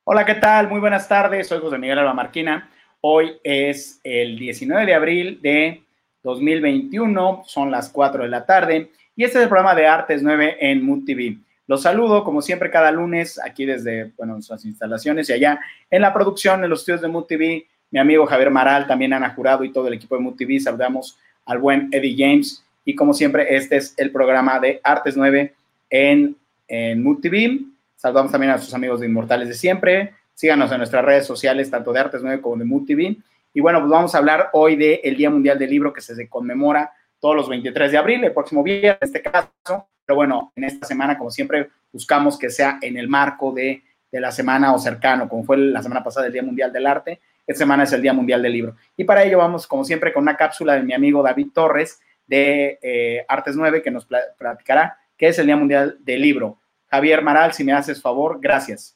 Hola, ¿qué tal? Muy buenas tardes. Soy José Miguel Alba Marquina. Hoy es el 19 de abril de 2021. Son las 4 de la tarde y este es el programa de Artes 9 en Mood TV. Los saludo, como siempre, cada lunes aquí desde nuestras instalaciones y allá en la producción, en los estudios de Mood TV. Mi amigo Javier Maral, también Ana Jurado y todo el equipo de Mood TV. Saludamos al buen Eddie James y, como siempre, este es el programa de Artes 9 en Mood TV. Saludamos también a sus amigos de Inmortales de Siempre. Síganos en nuestras redes sociales, tanto de Artes 9 como de Mood TV. Y bueno, pues vamos a hablar hoy del Día Mundial del Libro, que se conmemora todos los 23 de abril, el próximo viernes, en este caso. Pero bueno, en esta semana, como siempre, buscamos que sea en el marco de la semana o cercano, como fue la semana pasada el Día Mundial del Arte. Esta semana es el Día Mundial del Libro. Y para ello vamos, como siempre, con una cápsula de mi amigo David Torres de Artes 9, que nos platicará qué es el Día Mundial del Libro. Javier Maral, si me haces favor, gracias.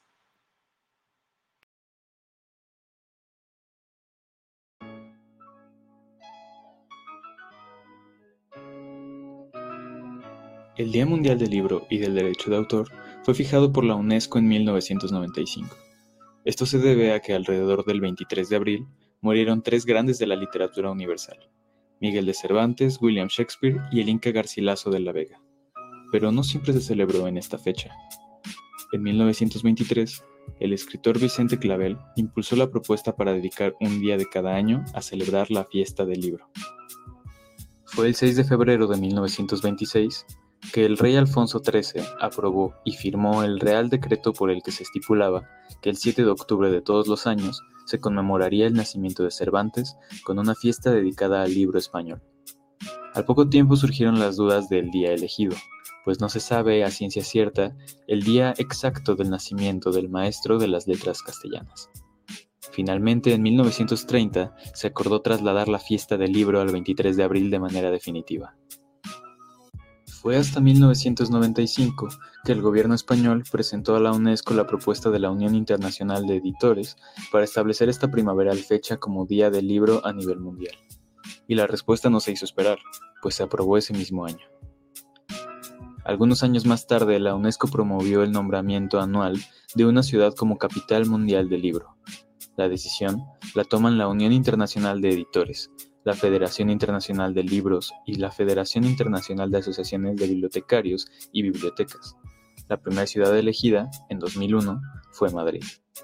El Día Mundial del Libro y del Derecho de Autor fue fijado por la UNESCO en 1995. Esto se debe a que alrededor del 23 de abril murieron tres grandes de la literatura universal: Miguel de Cervantes, William Shakespeare y el Inca Garcilaso de la Vega. Pero no siempre se celebró en esta fecha. En 1923, el escritor Vicente Clavel impulsó la propuesta para dedicar un día de cada año a celebrar la fiesta del libro. Fue el 6 de febrero de 1926 que el rey Alfonso XIII aprobó y firmó el Real Decreto por el que se estipulaba que el 7 de octubre de todos los años se conmemoraría el nacimiento de Cervantes con una fiesta dedicada al libro español. Al poco tiempo surgieron las dudas del día elegido, pues no se sabe a ciencia cierta el día exacto del nacimiento del maestro de las letras castellanas. Finalmente, en 1930, se acordó trasladar la fiesta del libro al 23 de abril de manera definitiva. Fue hasta 1995 que el gobierno español presentó a la UNESCO la propuesta de la Unión Internacional de Editores para establecer esta primaveral fecha como Día del Libro a nivel mundial. Y la respuesta no se hizo esperar, pues se aprobó ese mismo año. Algunos años más tarde, la UNESCO promovió el nombramiento anual de una ciudad como capital mundial del libro. La decisión la toman la Unión Internacional de Editores, la Federación Internacional de Libros y la Federación Internacional de Asociaciones de Bibliotecarios y Bibliotecas. La primera ciudad elegida, en 2001, fue Madrid.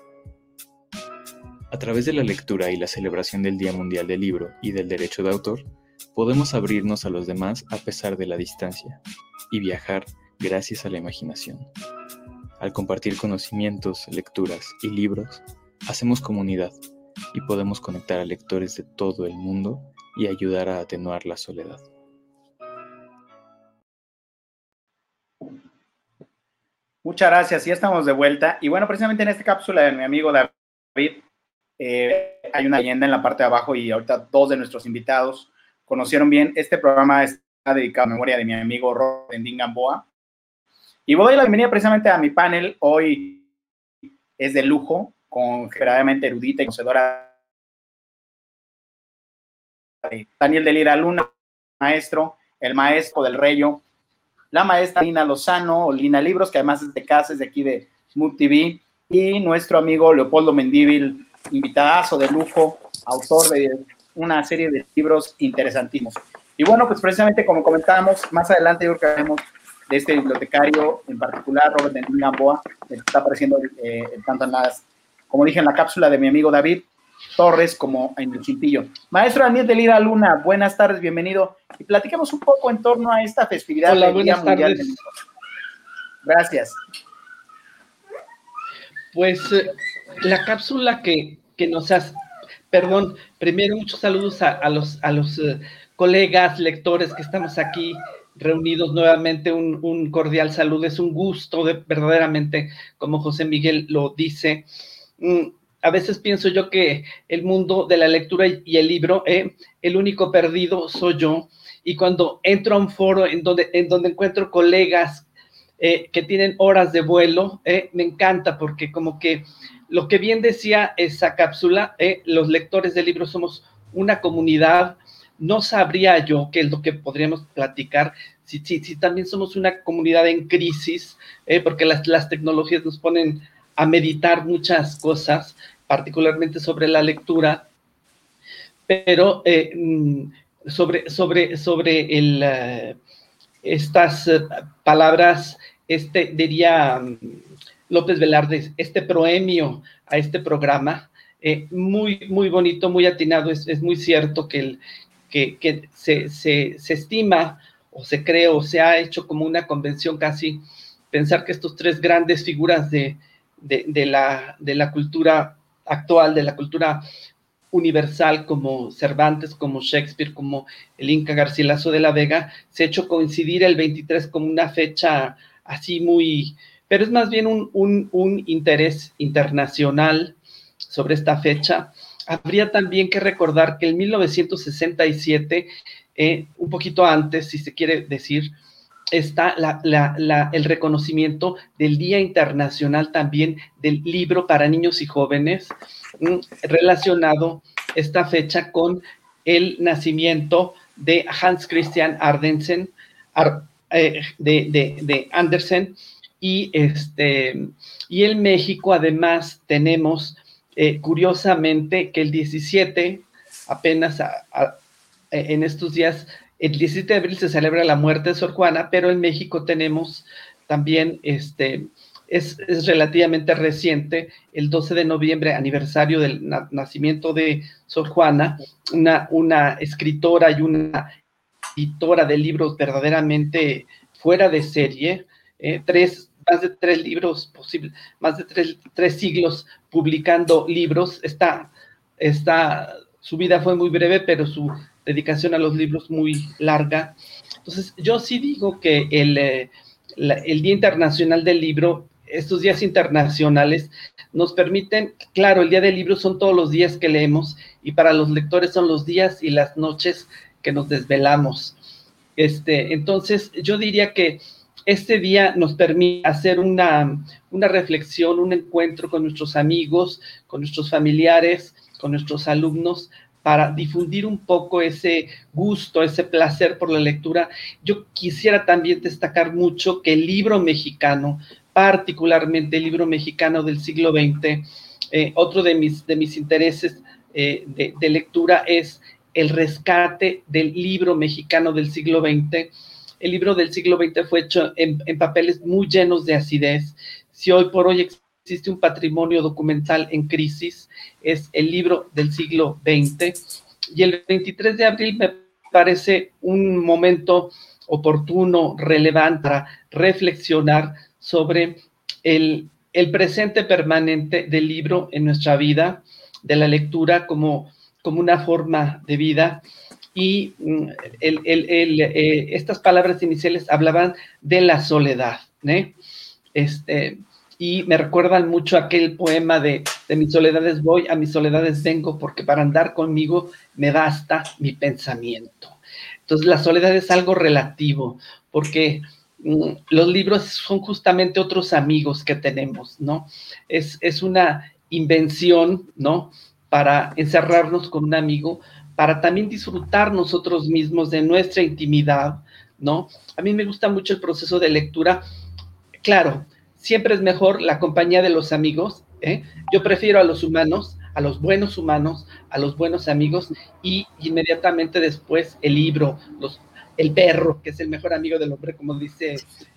A través de la lectura y la celebración del Día Mundial del Libro y del Derecho de Autor, podemos abrirnos a los demás a pesar de la distancia y viajar gracias a la imaginación. Al compartir conocimientos, lecturas y libros, hacemos comunidad y podemos conectar a lectores de todo el mundo y ayudar a atenuar la soledad. Muchas gracias, ya estamos de vuelta. Y bueno, precisamente en esta cápsula de mi amigo David, hay una leyenda en la parte de abajo y ahorita dos de nuestros invitados conocieron bien. Este programa está dedicado a la memoria de mi amigo Rodendín Gamboa. Y voy a dar la bienvenida precisamente a mi panel. Hoy es de lujo, con generalmente erudita y conocedora de Daniel de Lira Luna, maestro, el maestro del Reyo, la maestra Lina Lozano, o Lina Libros, que además es de casa, es de aquí de Mood TV, y nuestro amigo Leopoldo Mendívil, invitadazo de lujo, autor de una serie de libros interesantísimos. Y bueno, pues precisamente como comentábamos, más adelante yo creo que hablaremos de este bibliotecario en particular, Robert de Gamboa, que está apareciendo tanto en las, como dije, en la cápsula de mi amigo David Torres como en el cintillo. Maestro Daniel de Lira Luna, buenas tardes, bienvenido. Y platiquemos un poco en torno a esta festividad del Día Mundial del Libro. Gracias. Pues la cápsula que nos hace, perdón, primero muchos saludos a los colegas, lectores que estamos aquí reunidos nuevamente, un cordial saludo, es un gusto verdaderamente, como José Miguel lo dice. A veces pienso yo que el mundo de la lectura y el libro, el único perdido soy yo, y cuando entro a un foro en donde encuentro colegas que tienen horas de vuelo, me encanta porque como que lo que bien decía esa cápsula, los lectores de libros somos una comunidad. No sabría yo qué es lo que podríamos platicar si también somos una comunidad en crisis, porque las tecnologías nos ponen a meditar muchas cosas, particularmente sobre la lectura, pero sobre estas palabras, diría López Velarde, este proemio a este programa, muy, muy bonito, muy atinado. Es muy cierto que se estima o se cree o se ha hecho como una convención casi pensar que estos tres grandes figuras de la cultura actual, de la cultura universal, como Cervantes, como Shakespeare, como el Inca Garcilaso de la Vega, se ha hecho coincidir el 23 como una fecha así muy, pero es más bien un interés internacional sobre esta fecha. Habría también que recordar que en 1967, un poquito antes, si se quiere decir, está el reconocimiento del Día Internacional también del Libro para Niños y Jóvenes, relacionado esta fecha con el nacimiento de Hans Christian Andersen, de Andersen, y en México además tenemos, curiosamente, que el 17, apenas en estos días, el 17 de abril se celebra la muerte de Sor Juana, pero en México tenemos también, es relativamente reciente, el 12 de noviembre, aniversario del nacimiento de Sor Juana, una escritora y una editora de libros verdaderamente fuera de serie, más de 3 libros posibles, más de 3 siglos publicando libros. Su vida fue muy breve, pero su dedicación a los libros muy larga. Entonces, yo sí digo que el Día Internacional del Libro, estos días internacionales, nos permiten, claro, el Día del Libro son todos los días que leemos, y para los lectores son los días y las noches que nos desvelamos. Entonces, yo diría que este día nos permite hacer una reflexión, un encuentro con nuestros amigos, con nuestros familiares, con nuestros alumnos, para difundir un poco ese gusto, ese placer por la lectura. Yo quisiera también destacar mucho que el libro mexicano, particularmente el libro mexicano del siglo XX, otro de mis intereses de lectura es el rescate del libro mexicano del siglo XX. El libro del siglo XX fue hecho en papeles muy llenos de acidez. Si hoy por hoy existe un patrimonio documental en crisis, es el libro del siglo XX. Y el 23 de abril me parece un momento oportuno, relevante, para reflexionar sobre el presente permanente del libro en nuestra vida, de la lectura como una forma de vida. Y estas palabras iniciales hablaban de la soledad, ¿eh? Y me recuerdan mucho aquel poema de mis soledades voy, a mis soledades vengo, porque para andar conmigo me basta mi pensamiento. Entonces, la soledad es algo relativo, porque los libros son justamente otros amigos que tenemos, ¿no? Es una invención, ¿no?, para encerrarnos con un amigo, para también disfrutar nosotros mismos de nuestra intimidad, ¿no? A mí me gusta mucho el proceso de lectura. Claro, siempre es mejor la compañía de los amigos, ¿eh? Yo prefiero a los humanos, a los buenos humanos, a los buenos amigos, y inmediatamente después el libro, el perro, que es el mejor amigo del hombre, como dice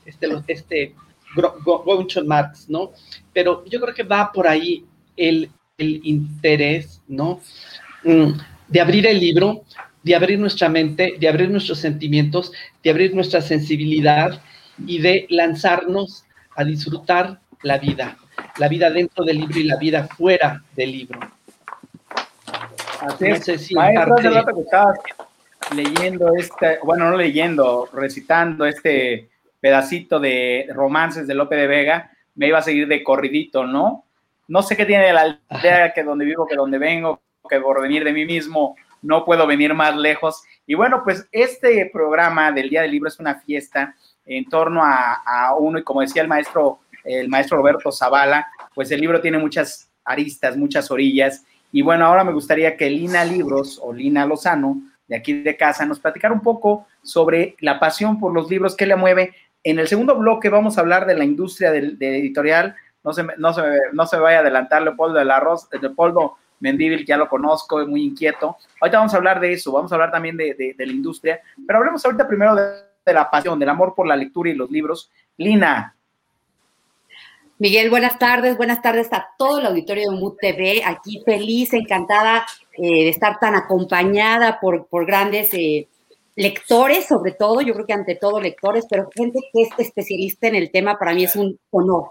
Groucho Marx, ¿no? Pero yo creo que va por ahí el interés, ¿no?, de abrir el libro, de abrir nuestra mente, de abrir nuestros sentimientos, de abrir nuestra sensibilidad y de lanzarnos a disfrutar la vida dentro del libro y la vida fuera del libro. Así es. No sé si maestro, hace rato que estabas leyendo recitando este pedacito de romances de Lope de Vega, me iba a seguir de corridito, ¿no? No sé qué tiene la aldea, que donde vivo, que donde vengo, que por venir de mí mismo no puedo venir más lejos. Y bueno, pues este programa del Día del Libro es una fiesta en torno a uno, y como decía el maestro Roberto Zavala, pues el libro tiene muchas aristas, muchas orillas. Y bueno, ahora me gustaría que Lina Libros, o Lina Lozano, de aquí de casa, nos platicara un poco sobre la pasión por los libros, qué le mueve. En el segundo bloque vamos a hablar de la industria de editorial, no se vaya a adelantar Leopoldo del Arroz, Leopoldo Mendívil, que ya lo conozco, es muy inquieto. Ahorita vamos a hablar de eso, vamos a hablar también de la industria, pero hablemos ahorita primero de la pasión, del amor por la lectura y los libros. Lina. Miguel, buenas tardes a todo el auditorio de Mood TV, aquí feliz, encantada de estar tan acompañada por grandes lectores, sobre todo, yo creo que ante todo lectores, pero gente que es especialista en el tema, para mí es un honor.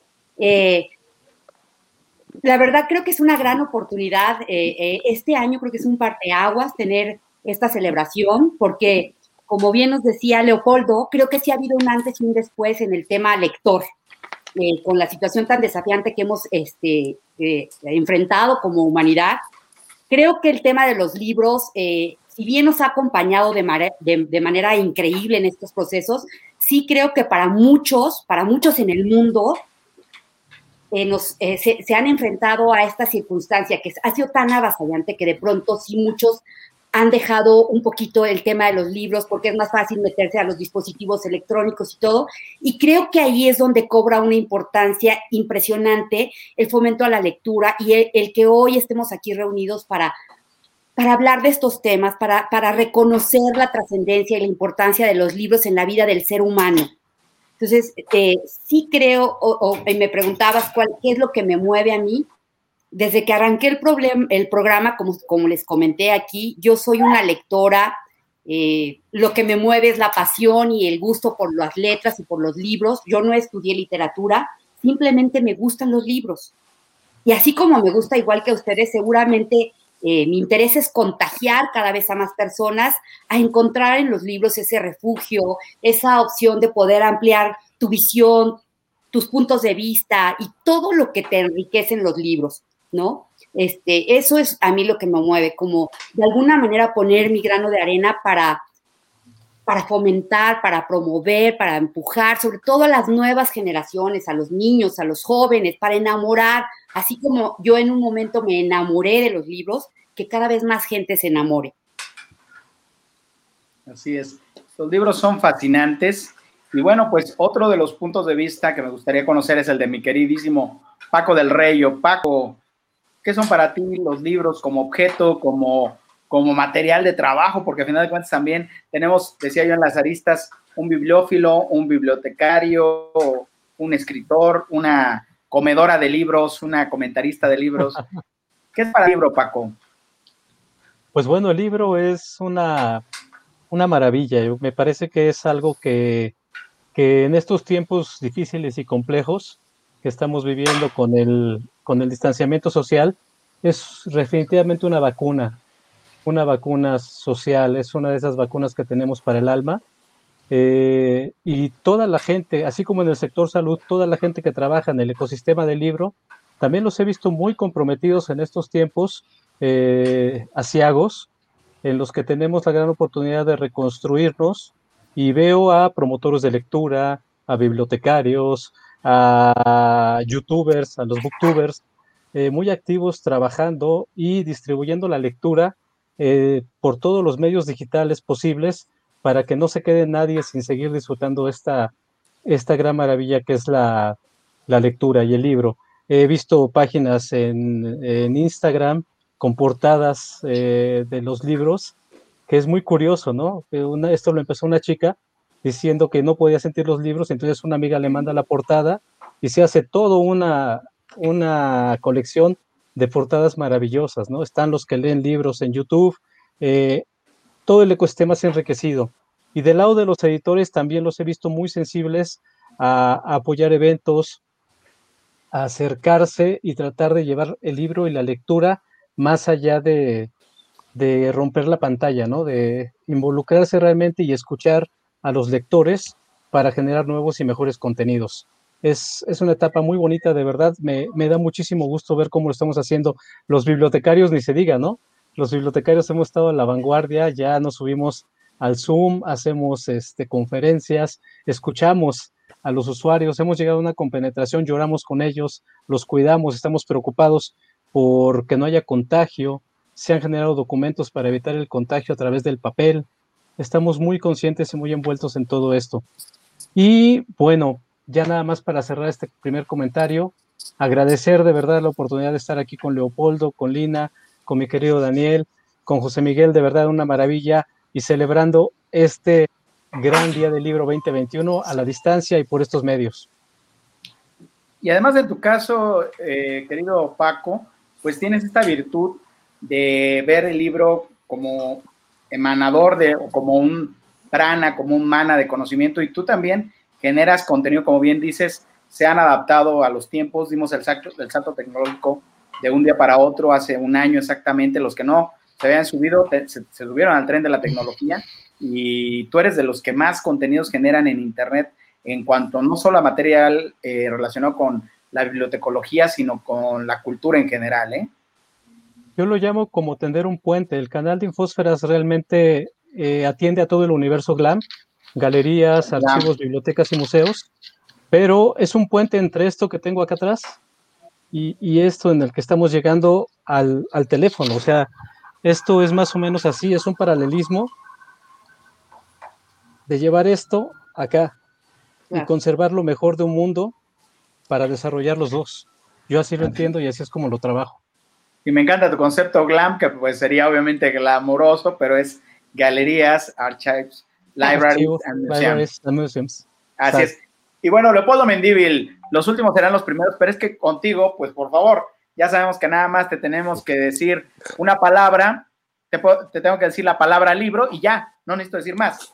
La verdad creo que es una gran oportunidad, este año creo que es un parteaguas tener esta celebración, porque como bien nos decía Leopoldo, creo que sí ha habido un antes y un después en el tema lector. Con la situación tan desafiante que hemos enfrentado como humanidad, creo que el tema de los libros, si bien nos ha acompañado de manera increíble en estos procesos, sí creo que para muchos en el mundo se han enfrentado a esta circunstancia que ha sido tan avasallante que de pronto sí muchos han dejado un poquito el tema de los libros porque es más fácil meterse a los dispositivos electrónicos y todo, y creo que ahí es donde cobra una importancia impresionante el fomento a la lectura y el que hoy estemos aquí reunidos para hablar de estos temas, para reconocer la trascendencia y la importancia de los libros en la vida del ser humano. Entonces, sí creo, me preguntabas qué es lo que me mueve a mí. Desde que arranqué el programa, como les comenté aquí, yo soy una lectora, lo que me mueve es la pasión y el gusto por las letras y por los libros. Yo no estudié literatura, simplemente me gustan los libros. Y así como me gusta igual que a ustedes, seguramente mi interés es contagiar cada vez a más personas a encontrar en los libros ese refugio, esa opción de poder ampliar tu visión, tus puntos de vista y todo lo que te enriquece en los libros, ¿no? Eso es a mí lo que me mueve, como de alguna manera poner mi grano de arena para fomentar, para promover, para empujar, sobre todo a las nuevas generaciones, a los niños, a los jóvenes, para enamorar, así como yo en un momento me enamoré de los libros, que cada vez más gente se enamore. Así es. Los libros son fascinantes. Y bueno, pues otro de los puntos de vista que me gustaría conocer es el de mi queridísimo Paco del Rey. Paco, ¿qué son para ti los libros como objeto, como material de trabajo? Porque al final de cuentas también tenemos, decía yo en las aristas, un bibliófilo, un bibliotecario, un escritor, una comedora de libros, una comentarista de libros. ¿Qué es para el libro, Paco? Pues bueno, el libro es una maravilla. Me parece que es algo que en estos tiempos difíciles y complejos que estamos viviendo con el distanciamiento social, es definitivamente una vacuna social, es una de esas vacunas que tenemos para el alma. Y toda la gente, así como en el sector salud, toda la gente que trabaja en el ecosistema del libro, también los he visto muy comprometidos en estos tiempos aciagos, en los que tenemos la gran oportunidad de reconstruirnos, y veo a promotores de lectura, a bibliotecarios, a youtubers, a los booktubers, muy activos trabajando y distribuyendo la lectura por todos los medios digitales posibles, para que no se quede nadie sin seguir disfrutando esta gran maravilla que es la lectura y el libro. He visto páginas en Instagram con portadas de los libros, que es muy curioso, ¿no? Esto lo empezó una chica diciendo que no podía sentir los libros, entonces una amiga le manda la portada y se hace toda una colección de portadas maravillosas, ¿no? Están los que leen libros en YouTube, todo el ecosistema se ha enriquecido. Y del lado de los editores también los he visto muy sensibles a apoyar eventos, a acercarse y tratar de llevar el libro y la lectura más allá de romper la pantalla, ¿no? De involucrarse realmente y escuchar a los lectores para generar nuevos y mejores contenidos. Es una etapa muy bonita, de verdad. Me da muchísimo gusto ver cómo lo estamos haciendo. Los bibliotecarios, ni se diga, ¿no? Los bibliotecarios hemos estado a la vanguardia, ya nos subimos al Zoom, hacemos conferencias, escuchamos a los usuarios, hemos llegado a una compenetración, lloramos con ellos, los cuidamos, estamos preocupados por que no haya contagio, se han generado documentos para evitar el contagio a través del papel, estamos muy conscientes y muy envueltos en todo esto. Y bueno, ya nada más para cerrar este primer comentario, agradecer de verdad la oportunidad de estar aquí con Leopoldo, con Lina, con mi querido Daniel, con José Miguel, de verdad una maravilla, y celebrando este gran día del libro 2021 a la distancia y por estos medios. Y además de tu caso, querido Paco, pues tienes esta virtud de ver el libro como emanador de, o como un prana, como un mana de conocimiento, y tú también generas contenido, como bien dices, se han adaptado a los tiempos, dimos el salto tecnológico de un día para otro, hace un año exactamente, los que no se habían subido, se subieron al tren de la tecnología, y tú eres de los que más contenidos generan en Internet, en cuanto no solo a material relacionado con la bibliotecología, sino con la cultura en general, ¿eh? Yo lo llamo como tender un puente. El canal de Infósferas realmente atiende a todo el universo GLAM, galerías, archivos, bibliotecas y museos, pero es un puente entre esto que tengo acá atrás y esto en el que estamos llegando al teléfono. O sea, esto es más o menos así, es un paralelismo de llevar esto acá y conservar lo mejor de un mundo para desarrollar los dos. Yo así lo entiendo y así es como lo trabajo. Y me encanta tu concepto GLAM, que pues sería obviamente glamuroso, pero es galerías, archives, libraries and museums. Así es. Y bueno, Leopoldo Mendívil, los últimos serán los primeros, pero es que contigo, pues por favor, ya sabemos que nada más te tenemos que decir una palabra, te tengo que decir la palabra libro y ya, no necesito decir más.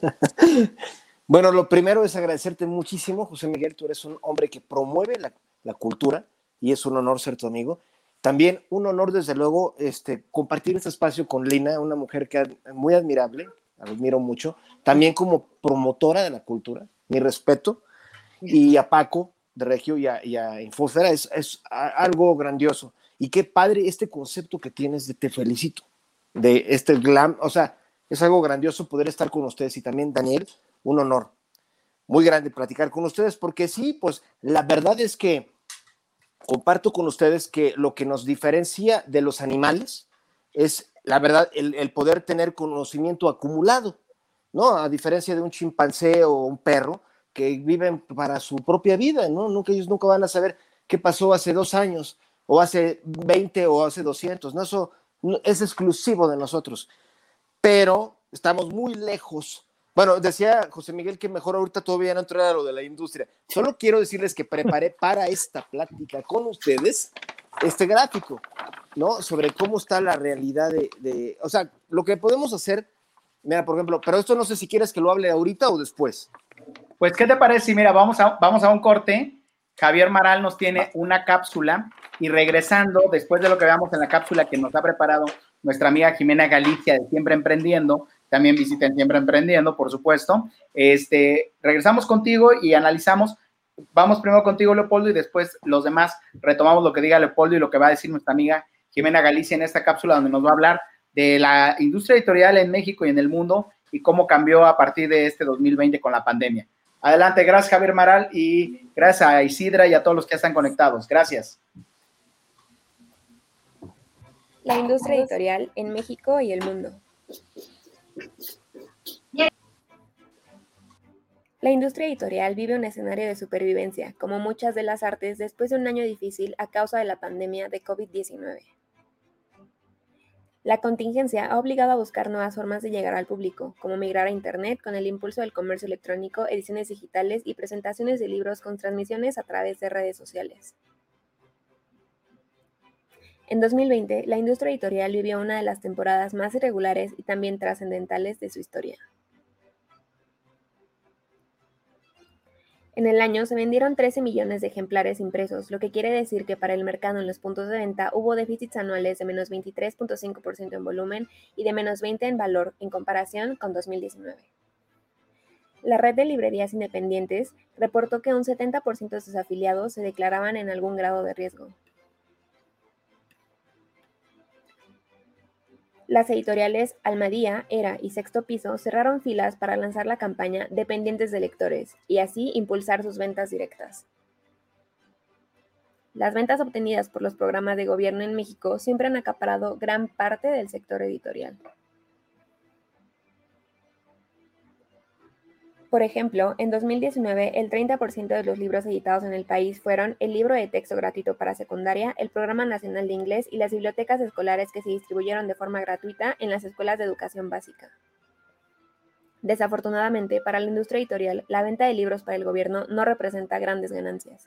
Bueno, lo primero es agradecerte muchísimo, José Miguel, tú eres un hombre que promueve la cultura y es un honor ser tu amigo. También un honor, desde luego, compartir este espacio con Lina, una mujer que es muy admirable, la admiro mucho, también como promotora de la cultura, mi respeto, y a Paco de Regio y a Infósfera, es algo grandioso. Y qué padre este concepto que tienes de te felicito, de este glam, o sea, es algo grandioso poder estar con ustedes y también, Daniel, un honor muy grande platicar con ustedes, porque sí, pues la verdad es que comparto con ustedes que lo que nos diferencia de los animales es, la verdad, el poder tener conocimiento acumulado, ¿no? A diferencia de un chimpancé o un perro que viven para su propia vida, ¿no? Ellos nunca van a saber qué pasó hace 2 años, o hace 20 o hace 200, ¿no? Eso es exclusivo de nosotros. Pero estamos muy lejos. Bueno, decía José Miguel que mejor ahorita todavía no entrar a lo de la industria. Solo quiero decirles que preparé para esta plática con ustedes este gráfico, ¿no? Sobre cómo está la realidad o sea, lo que podemos hacer, mira, por ejemplo, pero esto no sé si quieres que lo hable ahorita o después. Pues, ¿qué te parece? Si, mira, vamos a un corte. Javier Maral nos tiene una cápsula y regresando, después de lo que veamos en la cápsula que nos ha preparado nuestra amiga Jimena Galicia de Siempre Emprendiendo, también visiten Siempre Emprendiendo, por supuesto. Regresamos contigo y analizamos. Vamos primero contigo, Leopoldo, y después los demás retomamos lo que diga Leopoldo y lo que va a decir nuestra amiga Jimena Galicia en esta cápsula donde nos va a hablar de la industria editorial en México y en el mundo y cómo cambió a partir de este 2020 con la pandemia. Adelante, gracias Javier Maral y gracias a Isidra y a todos los que están conectados. Gracias. La industria editorial en México y el mundo. La industria editorial vive un escenario de supervivencia, como muchas de las artes, después de un año difícil a causa de la pandemia de COVID-19. La contingencia ha obligado a buscar nuevas formas de llegar al público, como migrar a Internet con el impulso del comercio electrónico, ediciones digitales y presentaciones de libros con transmisiones a través de redes sociales. En 2020, la industria editorial vivió una de las temporadas más irregulares y también trascendentales de su historia. En el año se vendieron 13 millones de ejemplares impresos, lo que quiere decir que para el mercado en los puntos de venta hubo déficits anuales de menos 23.5% en volumen y de menos 20% en valor en comparación con 2019. La red de librerías independientes reportó que un 70% de sus afiliados se declaraban en algún grado de riesgo. Las editoriales Almadía, Era y Sexto Piso cerraron filas para lanzar la campaña Dependientes de Lectores y así impulsar sus ventas directas. Las ventas obtenidas por los programas de gobierno en México siempre han acaparado gran parte del sector editorial. Por ejemplo, en 2019, el 30% de los libros editados en el país fueron el libro de texto gratuito para secundaria, el Programa Nacional de Inglés y las bibliotecas escolares que se distribuyeron de forma gratuita en las escuelas de educación básica. Desafortunadamente, para la industria editorial, la venta de libros para el gobierno no representa grandes ganancias.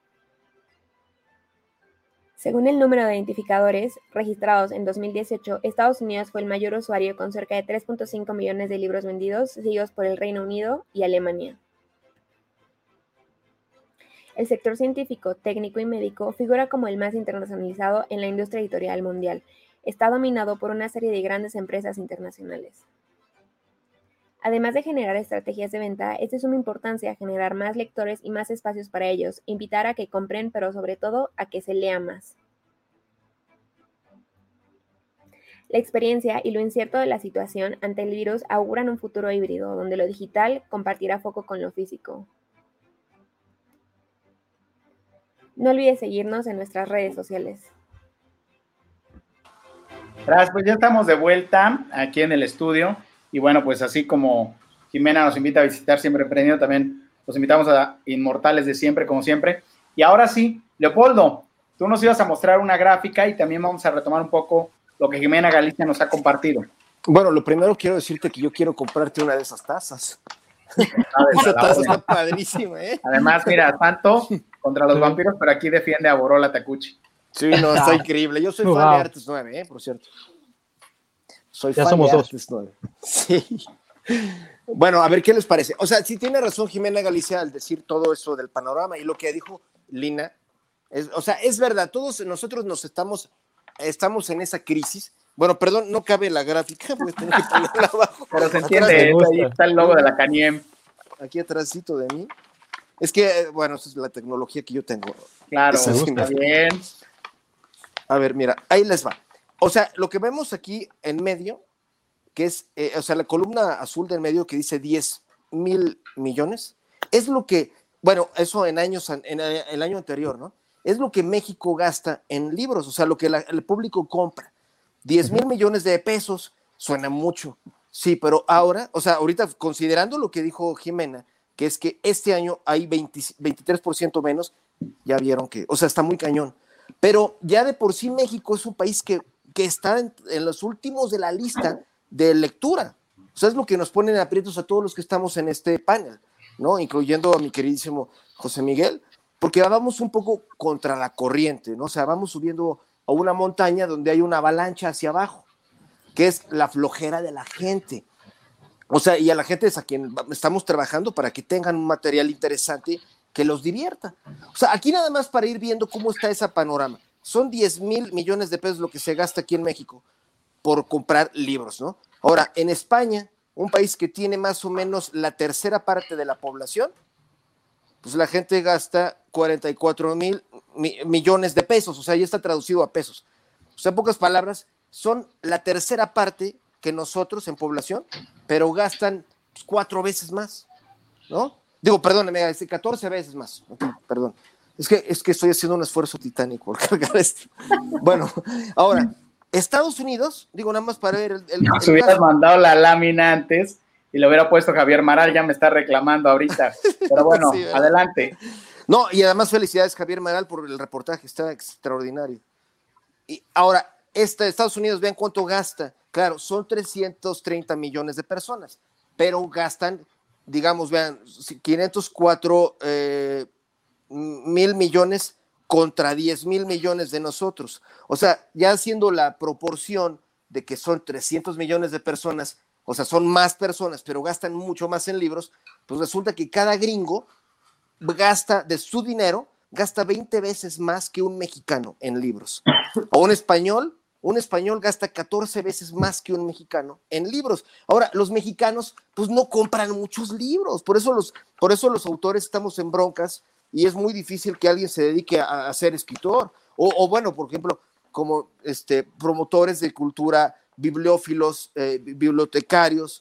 Según el número de identificadores registrados en 2018, Estados Unidos fue el mayor usuario con cerca de 3.5 millones de libros vendidos, seguidos por el Reino Unido y Alemania. El sector científico, técnico y médico figura como el más internacionalizado en la industria editorial mundial. Está dominado por una serie de grandes empresas internacionales. Además de generar estrategias de venta, es de suma importancia generar más lectores y más espacios para ellos, invitar a que compren, pero sobre todo a que se lea más. La experiencia y lo incierto de la situación ante el virus auguran un futuro híbrido, donde lo digital compartirá foco con lo físico. No olvides seguirnos en nuestras redes sociales. Gracias, pues ya estamos de vuelta aquí en el estudio. Y bueno, pues así como Jimena nos invita a visitar Siempre Emprendiendo, también los invitamos a Inmortales de Siempre, como siempre. Y ahora sí, Leopoldo, tú nos ibas a mostrar una gráfica y también vamos a retomar un poco lo que Jimena Galicia nos ha compartido. Bueno, lo primero quiero decirte que yo quiero comprarte una de esas tazas. Esa taza está padrísima, ¿eh? Además, mira, Santo contra los vampiros, pero aquí defiende a Borola Takuchi. Sí, no, está increíble. Yo soy fan de Artes 9, por cierto. Soy ya fan somos de dos. Artes 9. Sí. Bueno, a ver qué les parece. O sea, sí tiene razón Jimena Galicia al decir todo eso del panorama y lo que dijo Lina. O sea, es verdad, todos nosotros estamos en esa crisis. Bueno, perdón, no cabe la gráfica, porque tengo que ponerla abajo. Pero se entiende, ahí está el logo de la Caniem. Aquí atrásito de mí. Es que, bueno, esa es la tecnología que yo tengo. Claro, está bien. A ver, mira, ahí les va. O sea, lo que vemos aquí en medio, que es, o sea, la columna azul del medio que dice 10,000 millones, es lo que, bueno, eso en el año anterior, ¿no? Es lo que México gasta en libros, o sea, lo que el público compra. 10,000 millones de pesos, suena mucho, sí, pero ahora, o sea, ahorita considerando lo que dijo Jimena, que es que este año hay 23% menos, ya vieron que, o sea, está muy cañón. Pero ya de por sí México es un país que está en los últimos de la lista de lectura. O sea, es lo que nos ponen aprietos a todos los que estamos en este panel, ¿no? Incluyendo a mi queridísimo José Miguel, porque vamos un poco contra la corriente, ¿no? O sea, vamos subiendo a una montaña donde hay una avalancha hacia abajo, que es la flojera de la gente. O sea, y a la gente es a quien estamos trabajando para que tengan un material interesante que los divierta. O sea, aquí nada más para ir viendo cómo está ese panorama. Son 10,000 millones de pesos lo que se gasta aquí en México por comprar libros, ¿no? Ahora, en España, un país que tiene más o menos la tercera parte de la población, pues la gente gasta 44,000 millones de pesos, o sea, ya está traducido a pesos. O sea, en pocas palabras, son la tercera parte que nosotros en población, pero gastan 4 veces más, ¿no? Digo, perdóname, 14 veces más. Okay, perdón. Es que estoy haciendo un esfuerzo titánico por cargar esto. Bueno, ahora, Estados Unidos, digo, nada más para ver Nos hubieras mandado la lámina antes y lo hubiera puesto Javier Maral, ya me está reclamando ahorita. Pero bueno, sí, adelante. No, y además felicidades, Javier Maral, por el reportaje, está extraordinario. Y ahora, Estados Unidos, vean cuánto gasta. Claro, son 330 millones de personas, pero gastan, digamos, vean, 504 mil millones contra 10,000 millones de nosotros. O sea, ya haciendo la proporción de que son 300 millones de personas, o sea, son más personas, pero gastan mucho más en libros, pues resulta que cada gringo gasta de su dinero, gasta 20 veces más que un mexicano en libros. O un español gasta 14 veces más que un mexicano en libros. Ahora, los mexicanos, pues no compran muchos libros, por eso los autores estamos en broncas y es muy difícil que alguien se dedique a ser escritor. O bueno, por ejemplo, como promotores de cultura, bibliófilos, bibliotecarios,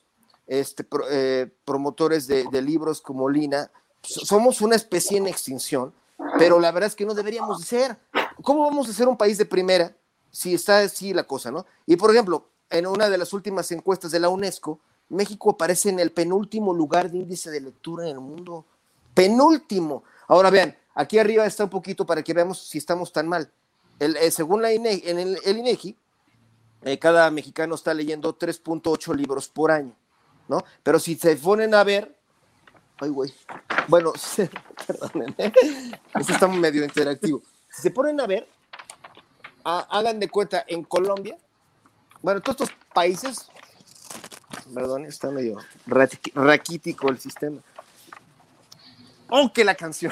promotores de libros como Lina. Somos una especie en extinción, pero la verdad es que no deberíamos de ser. ¿Cómo vamos a ser un país de primera si está así la cosa, no? Y por ejemplo, en una de las últimas encuestas de la UNESCO, México aparece en el penúltimo lugar de índice de lectura en el mundo. Penúltimo. Ahora vean, aquí arriba está un poquito para que veamos si estamos tan mal. Según la INEGI, el INEGI, cada mexicano está leyendo 3.8 libros por año, ¿no? Pero si se ponen a ver, ay, güey, bueno, perdónenme, esto está medio interactivo. Si se ponen a ver, hagan de cuenta, en Colombia, bueno, todos estos países, perdón, está medio raquítico el sistema. Aunque la canción,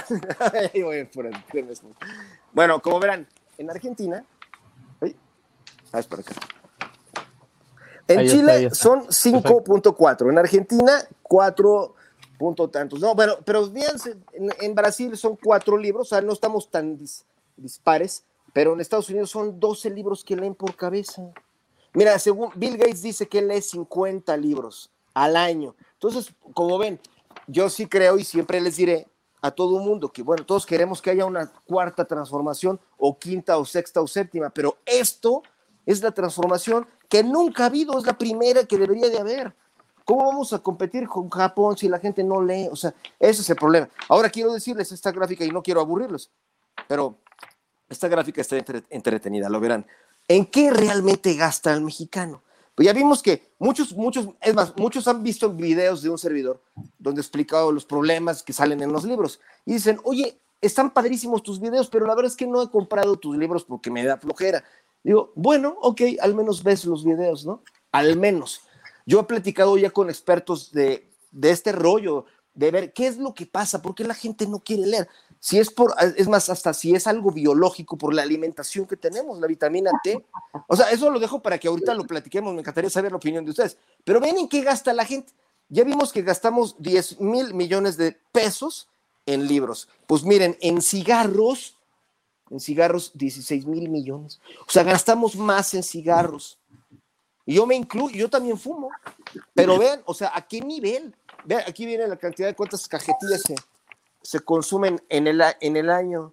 bueno, como verán, en Argentina, es por acá. En ahí Chile está. son 5.4, en Argentina 4 punto tantos. No, bueno, pero fíjense, en Brasil son 4 libros, o sea, no estamos tan dispares, pero en Estados Unidos son 12 libros que leen por cabeza. Mira, según Bill Gates dice que él lee 50 libros al año. Entonces, como ven, yo sí creo y siempre les diré a todo el mundo que, bueno, todos queremos que haya una cuarta transformación o quinta o sexta o séptima, pero esto es la transformación que nunca ha habido, es la primera que debería de haber. ¿Cómo vamos a competir con Japón si la gente no lee? O sea, ese es el problema. Ahora quiero decirles esta gráfica y no quiero aburrirlos, pero esta gráfica está entretenida, lo verán. ¿En qué realmente gasta el mexicano? Pues ya vimos que muchos han visto videos de un servidor donde he explicado los problemas que salen en los libros y dicen, oye, están padrísimos tus videos, pero la verdad es que no he comprado tus libros porque me da flojera. Digo, bueno, ok, al menos ves los videos, ¿no? Al menos. Yo he platicado ya con expertos de este rollo, de ver qué es lo que pasa, por qué la gente no quiere leer. Si es más, hasta si es algo biológico por la alimentación que tenemos, la vitamina T. O sea, eso lo dejo para que ahorita lo platiquemos, me encantaría saber la opinión de ustedes. Pero ven en qué gasta la gente. Ya vimos que gastamos 10,000 millones de pesos en libros. Pues miren, en cigarros 16,000 millones. O sea, gastamos más en cigarros. Y yo me incluyo, yo también fumo. Pero vean, o sea, ¿a qué nivel? Vean, aquí viene la cantidad de cuántas cajetillas se consumen en el año.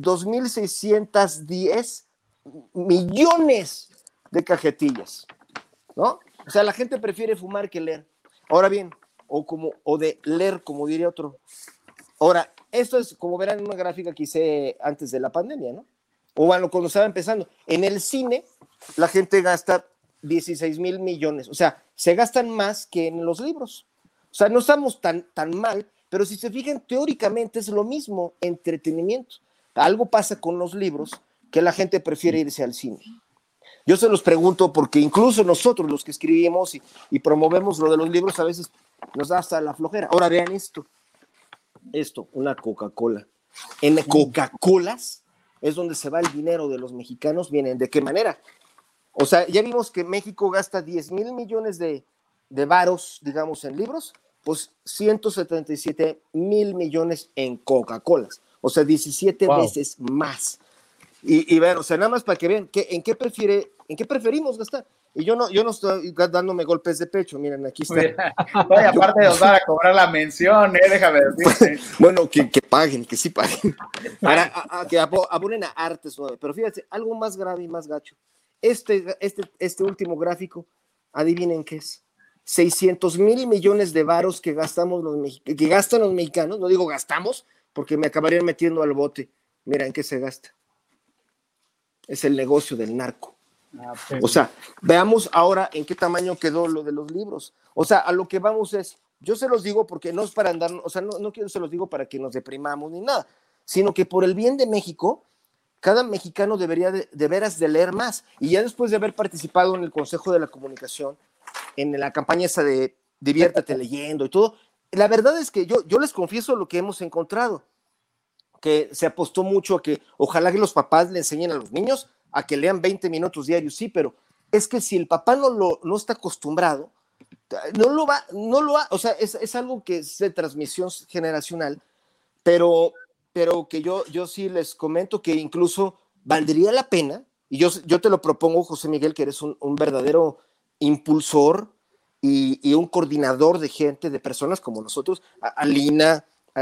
2,610 millones de cajetillas, ¿no? O sea, la gente prefiere fumar que leer. Ahora bien, o de leer, como diría otro. Ahora, esto es, como verán, una gráfica que hice antes de la pandemia, ¿no? O bueno, cuando estaba empezando. En el cine, la gente gasta 16,000 millones. O sea, se gastan más que en los libros. O sea, no estamos tan mal, pero si se fijan, teóricamente es lo mismo, entretenimiento. Algo pasa con los libros que la gente prefiere irse al cine. Yo se los pregunto porque incluso nosotros, los que escribimos y promovemos lo de los libros, a veces nos da hasta la flojera. Ahora vean esto, una Coca-Cola. En Coca-Colas es donde se va el dinero de los mexicanos. Miren, ¿de qué manera? O sea, ya vimos que México gasta 10,000 millones de varos, digamos, en libros, pues 177,000 millones en Coca-Colas. O sea, 17 veces más. Y ver, o sea, nada más para que vean en qué preferimos gastar. Y yo no estoy dándome golpes de pecho, miren, aquí está. Oye, aparte de nos van a cobrar la mención, déjame decirte. Bueno, que paguen, que sí paguen. Ahora, que abonen a Artes 9. Pero fíjate, algo más grave y más gacho. Este último gráfico, adivinen qué es. 600,000 millones de varos que gastan los mexicanos, no digo gastamos, porque me acabarían metiendo al bote. Mira en qué se gasta. Es el negocio del narco. O sea, veamos ahora en qué tamaño quedó lo de los libros. O sea, a lo que vamos es, yo se los digo porque no es para andar, o sea, no quiero se los digo para que nos deprimamos ni nada, sino que por el bien de México, cada mexicano debería de veras de leer más. Y ya después de haber participado en el Consejo de la Comunicación, en la campaña esa de diviértete leyendo y todo, la verdad es que yo les confieso lo que hemos encontrado, que se apostó mucho a que ojalá que los papás le enseñen a los niños a que lean 20 minutos diarios, sí, pero es que si el papá no está acostumbrado, no lo va, o sea, es algo que es de transmisión generacional, pero que yo sí les comento que incluso valdría la pena, y yo te lo propongo, José Miguel, que eres un verdadero impulsor y un coordinador de gente, de personas como nosotros, a Lina,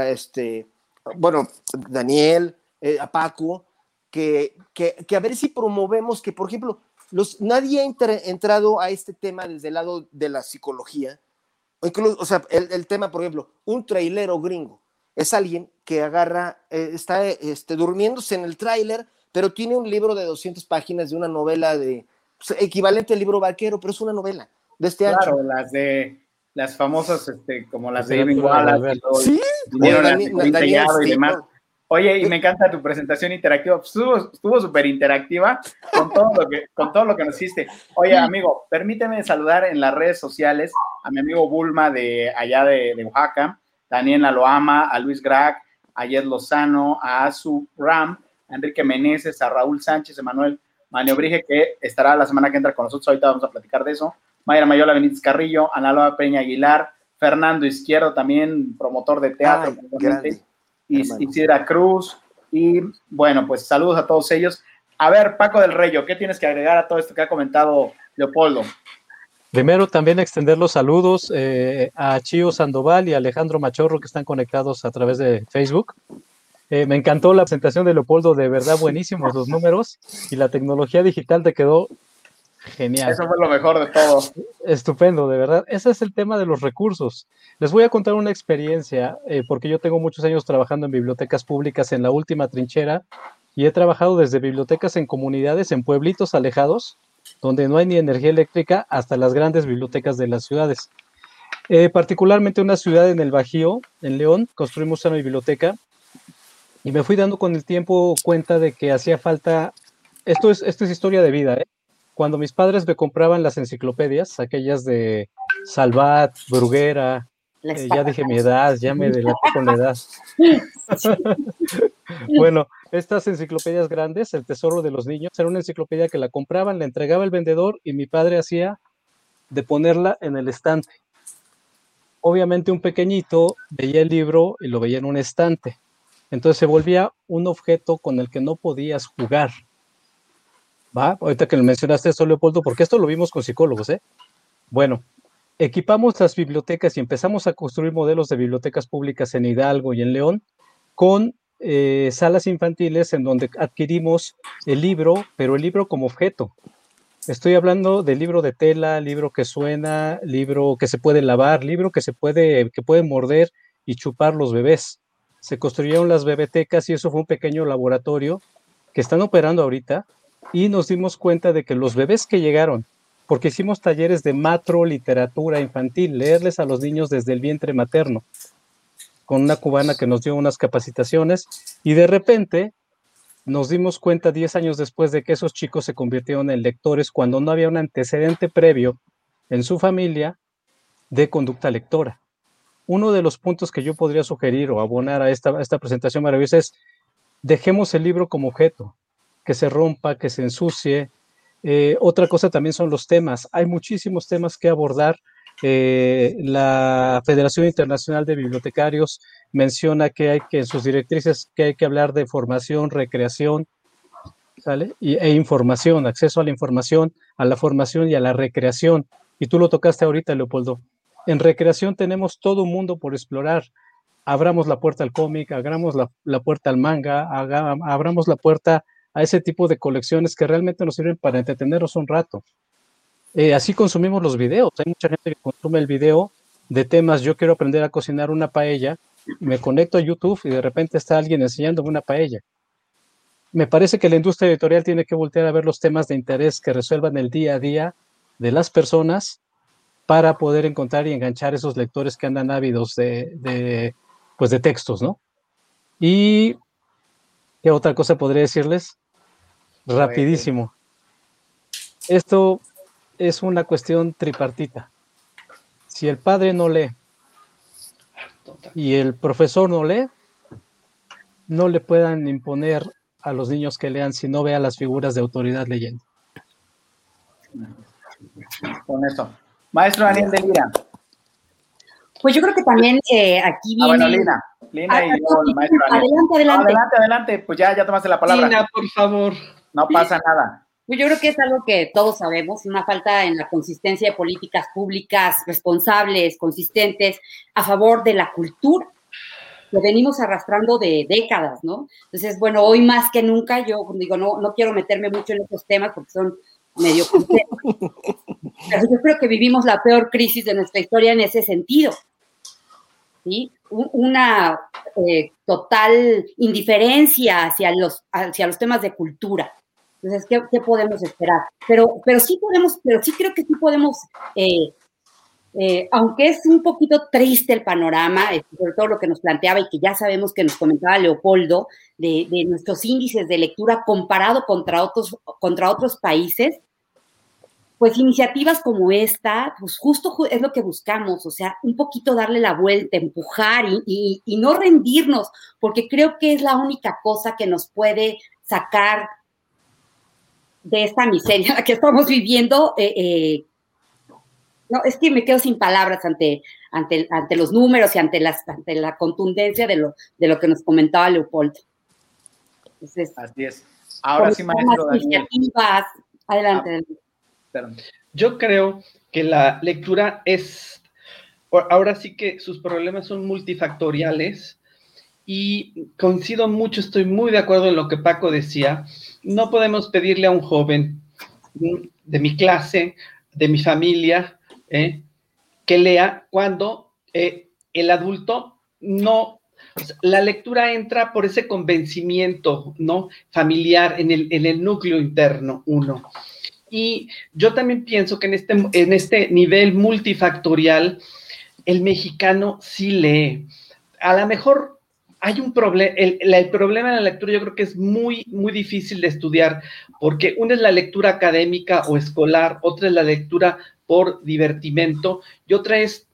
bueno, Daniel, a Paco, que a ver si promovemos que, por ejemplo, nadie ha entrado a este tema desde el lado de la psicología, incluso, o sea, el tema, por ejemplo, un trailero gringo es alguien que agarra, está durmiéndose en el tráiler, pero tiene un libro de 200 páginas de una novela pues, equivalente al libro vaquero, pero es una novela de este Claro, ancho. las famosas, como las de Irving Literatura de Wallace, volver. y todo, Sí, o de vinieron a Daniel y demás. Staples. Oye, y me encanta tu presentación interactiva. Estuvo súper interactiva con todo lo que nos hiciste. Oye, amigo, permíteme saludar en las redes sociales a mi amigo Bulma de allá de Oaxaca, Daniela Loama, a Luis Grac, a Jed Lozano, a Azu Ram, a Enrique Meneses, a Raúl Sánchez, a Manuel Maniobrige, que estará la semana que entra con nosotros. Ahorita vamos a platicar de eso. Mayra Mayola Benítez Carrillo, Ana Loa Peña Aguilar, Fernando Izquierdo, también promotor de teatro. Isidra Cruz, y bueno, pues saludos a todos ellos. A ver, Paco del Reyo, ¿qué tienes que agregar a todo esto que ha comentado Leopoldo? Primero, también extender los saludos a Chío Sandoval y a Alejandro Machorro, que están conectados a través de Facebook. Me encantó la presentación de Leopoldo, de verdad buenísimos los números, y la tecnología digital te quedó genial. Eso fue lo mejor de todo. Estupendo, de verdad. Ese es el tema de los recursos. Les voy a contar una experiencia, porque yo tengo muchos años trabajando en bibliotecas públicas en la última trinchera, y he trabajado desde bibliotecas en comunidades, en pueblitos alejados, donde no hay ni energía eléctrica, hasta las grandes bibliotecas de las ciudades. Particularmente una ciudad en el Bajío, en León, construimos una biblioteca, y me fui dando con el tiempo cuenta de que hacía falta, esto es historia de vida, Cuando mis padres me compraban las enciclopedias, aquellas de Salvat, Bruguera, ya dije mi edad, ya me delaté con la edad. Bueno, estas enciclopedias grandes, El Tesoro de los Niños, era una enciclopedia que la compraban, la entregaba el vendedor y mi padre hacía de ponerla en el estante. Obviamente un pequeñito veía el libro y lo veía en un estante. Entonces se volvía un objeto con el que no podías jugar. ¿Va? Ahorita que lo mencionaste esto, Leopoldo, porque esto lo vimos con psicólogos, Bueno, equipamos las bibliotecas y empezamos a construir modelos de bibliotecas públicas en Hidalgo y en León con salas infantiles en donde adquirimos el libro, pero el libro como objeto. Estoy hablando del libro de tela, libro que suena, libro que se puede lavar, libro que puede morder y chupar los bebés. Se construyeron las bebetecas y eso fue un pequeño laboratorio que están operando ahorita, y nos dimos cuenta de que los bebés que llegaron, porque hicimos talleres de literatura infantil, leerles a los niños desde el vientre materno, con una cubana que nos dio unas capacitaciones, y de repente nos dimos cuenta 10 años después de que esos chicos se convirtieron en lectores cuando no había un antecedente previo en su familia de conducta lectora. Uno de los puntos que yo podría sugerir o abonar a esta presentación maravillosa es: dejemos el libro como objeto, que se rompa, que se ensucie. Otra cosa también son los temas. Hay muchísimos temas que abordar. La Federación Internacional de Bibliotecarios menciona que hay que, en sus directrices, que hay que hablar de formación, recreación, ¿sale? E información, acceso a la información, a la formación y a la recreación. Y tú lo tocaste ahorita, Leopoldo. En recreación tenemos todo un mundo por explorar. Abramos la puerta al cómic, abramos la puerta al manga, abramos la puerta a ese tipo de colecciones que realmente nos sirven para entretenernos un rato. Así consumimos los videos. Hay mucha gente que consume el video de temas. Yo quiero aprender a cocinar una paella, y me conecto a YouTube y de repente está alguien enseñándome una paella. Me parece que la industria editorial tiene que voltear a ver los temas de interés que resuelvan el día a día de las personas para poder encontrar y enganchar esos lectores que andan ávidos de textos, ¿no? Y ¿qué otra cosa podría decirles? Rapidísimo. Esto es una cuestión tripartita. Si el padre no lee y el profesor no lee, no le puedan imponer a los niños que lean si no ve a las figuras de autoridad leyendo. Con eso. Maestro Daniel de Lira. Pues yo creo que también aquí viene... Bueno, Lina y luego el maestro Daniel. Adelante. Pues ya tomaste la palabra. Lina, por favor. No pasa nada. Pues yo creo que es algo que todos sabemos, una falta en la consistencia de políticas públicas responsables, consistentes, a favor de la cultura, que venimos arrastrando de décadas, ¿no? Entonces, bueno, hoy más que nunca, yo digo, no quiero meterme mucho en estos temas porque son medio complejo. Pero yo creo que vivimos la peor crisis de nuestra historia en ese sentido, ¿sí? Una total indiferencia hacia los temas de cultura. Entonces, ¿qué podemos esperar? Pero sí creo que sí podemos, aunque es un poquito triste el panorama, sobre todo lo que nos planteaba y que ya sabemos que nos comentaba Leopoldo, de nuestros índices de lectura comparado contra otros países, pues iniciativas como esta, pues justo es lo que buscamos, o sea, un poquito darle la vuelta, empujar y no rendirnos, porque creo que es la única cosa que nos puede sacar de esta miseria en la que estamos viviendo. No, es que me quedo sin palabras ante los números y ante la contundencia de lo que nos comentaba Leopoldo. Entonces, así es. Ahora sí, maestro Daniel. Iniciativas. Adelante. Perdón. Yo creo que la lectura ahora sí que sus problemas son multifactoriales y coincido mucho, estoy muy de acuerdo en lo que Paco decía. No podemos pedirle a un joven de mi clase, de mi familia, que lea cuando el adulto no. O sea, la lectura entra por ese convencimiento, ¿no? Familiar en el núcleo interno, uno. Y yo también pienso que en este nivel multifactorial, el mexicano sí lee. A lo mejor hay un problema, el problema de la lectura yo creo que es muy, muy difícil de estudiar, porque una es la lectura académica o escolar, otra es la lectura por divertimento, y otra es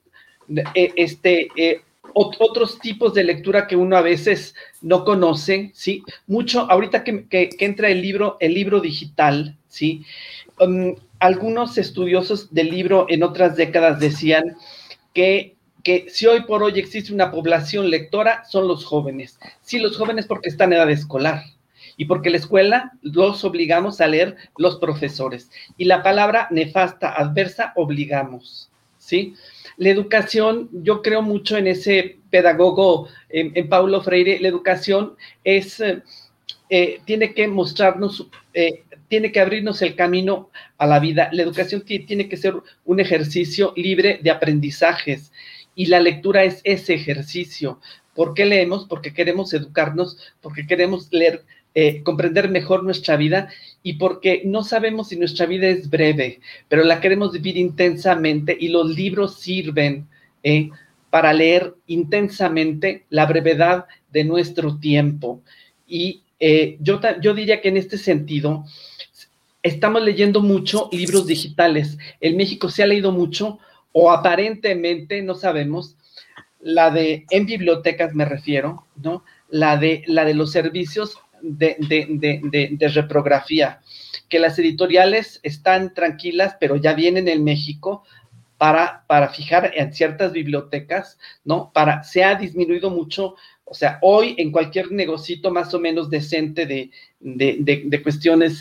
otros tipos de lectura que uno a veces no conoce, ¿sí? Mucho, ahorita que entra el libro digital, ¿sí? Algunos estudiosos del libro en otras décadas decían que si hoy por hoy existe una población lectora, son los jóvenes. Sí, los jóvenes porque están en edad escolar y porque la escuela los obligamos a leer los profesores. Y la palabra nefasta, adversa, obligamos, ¿sí? La educación, yo creo mucho en ese pedagogo, en Paulo Freire. La educación tiene que mostrarnos, tiene que abrirnos el camino a la vida. La educación tiene que ser un ejercicio libre de aprendizajes y la lectura es ese ejercicio. ¿Por qué leemos? Porque queremos educarnos, porque queremos leer, comprender mejor nuestra vida y porque no sabemos si nuestra vida es breve, pero la queremos vivir intensamente y los libros sirven para leer intensamente la brevedad de nuestro tiempo. Y yo diría que en este sentido estamos leyendo mucho libros digitales. En México se ha leído mucho, o aparentemente, no sabemos, en bibliotecas me refiero, ¿no? La de los servicios de reprografía, que las editoriales están tranquilas, pero ya vienen en México para fijar en ciertas bibliotecas, ¿no? Se ha disminuido mucho. O sea, hoy en cualquier negocito más o menos decente de cuestiones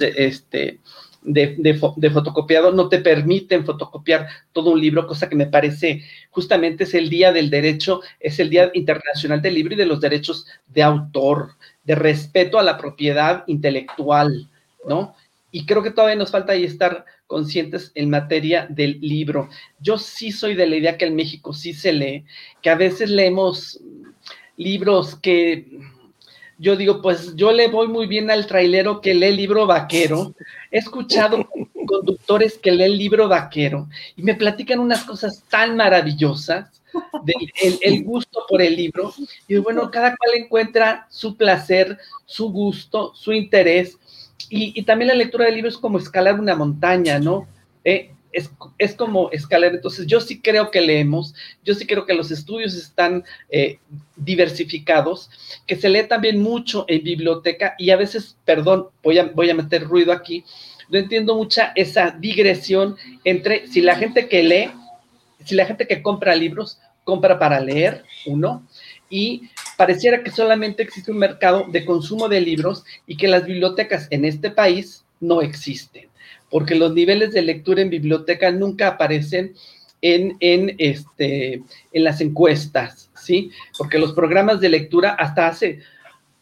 de fotocopiado, no te permiten fotocopiar todo un libro, cosa que me parece, justamente es el Día del Derecho, es el Día Internacional del Libro y de los Derechos de Autor, de respeto a la propiedad intelectual, ¿no? Y creo que todavía nos falta ahí estar conscientes en materia del libro. Yo sí soy de la idea que en México sí se lee, que a veces leemos libros que yo digo, pues yo le voy muy bien al trailero que lee el libro vaquero. He escuchado conductores que leen el libro vaquero y me platican unas cosas tan maravillosas del gusto por el libro. Y bueno, cada cual encuentra su placer, su gusto, su interés. Y también la lectura del libro es como escalar una montaña, ¿no? Es como escalar. Entonces yo sí creo que leemos, yo sí creo que los estudios están diversificados, que se lee también mucho en biblioteca y a veces, perdón, voy a meter ruido aquí, no entiendo mucha esa digresión entre si la gente que lee, si la gente que compra libros, compra para leer, uno, y pareciera que solamente existe un mercado de consumo de libros y que las bibliotecas en este país no existen, porque los niveles de lectura en biblioteca nunca aparecen en las encuestas, ¿sí? Porque los programas de lectura hasta hace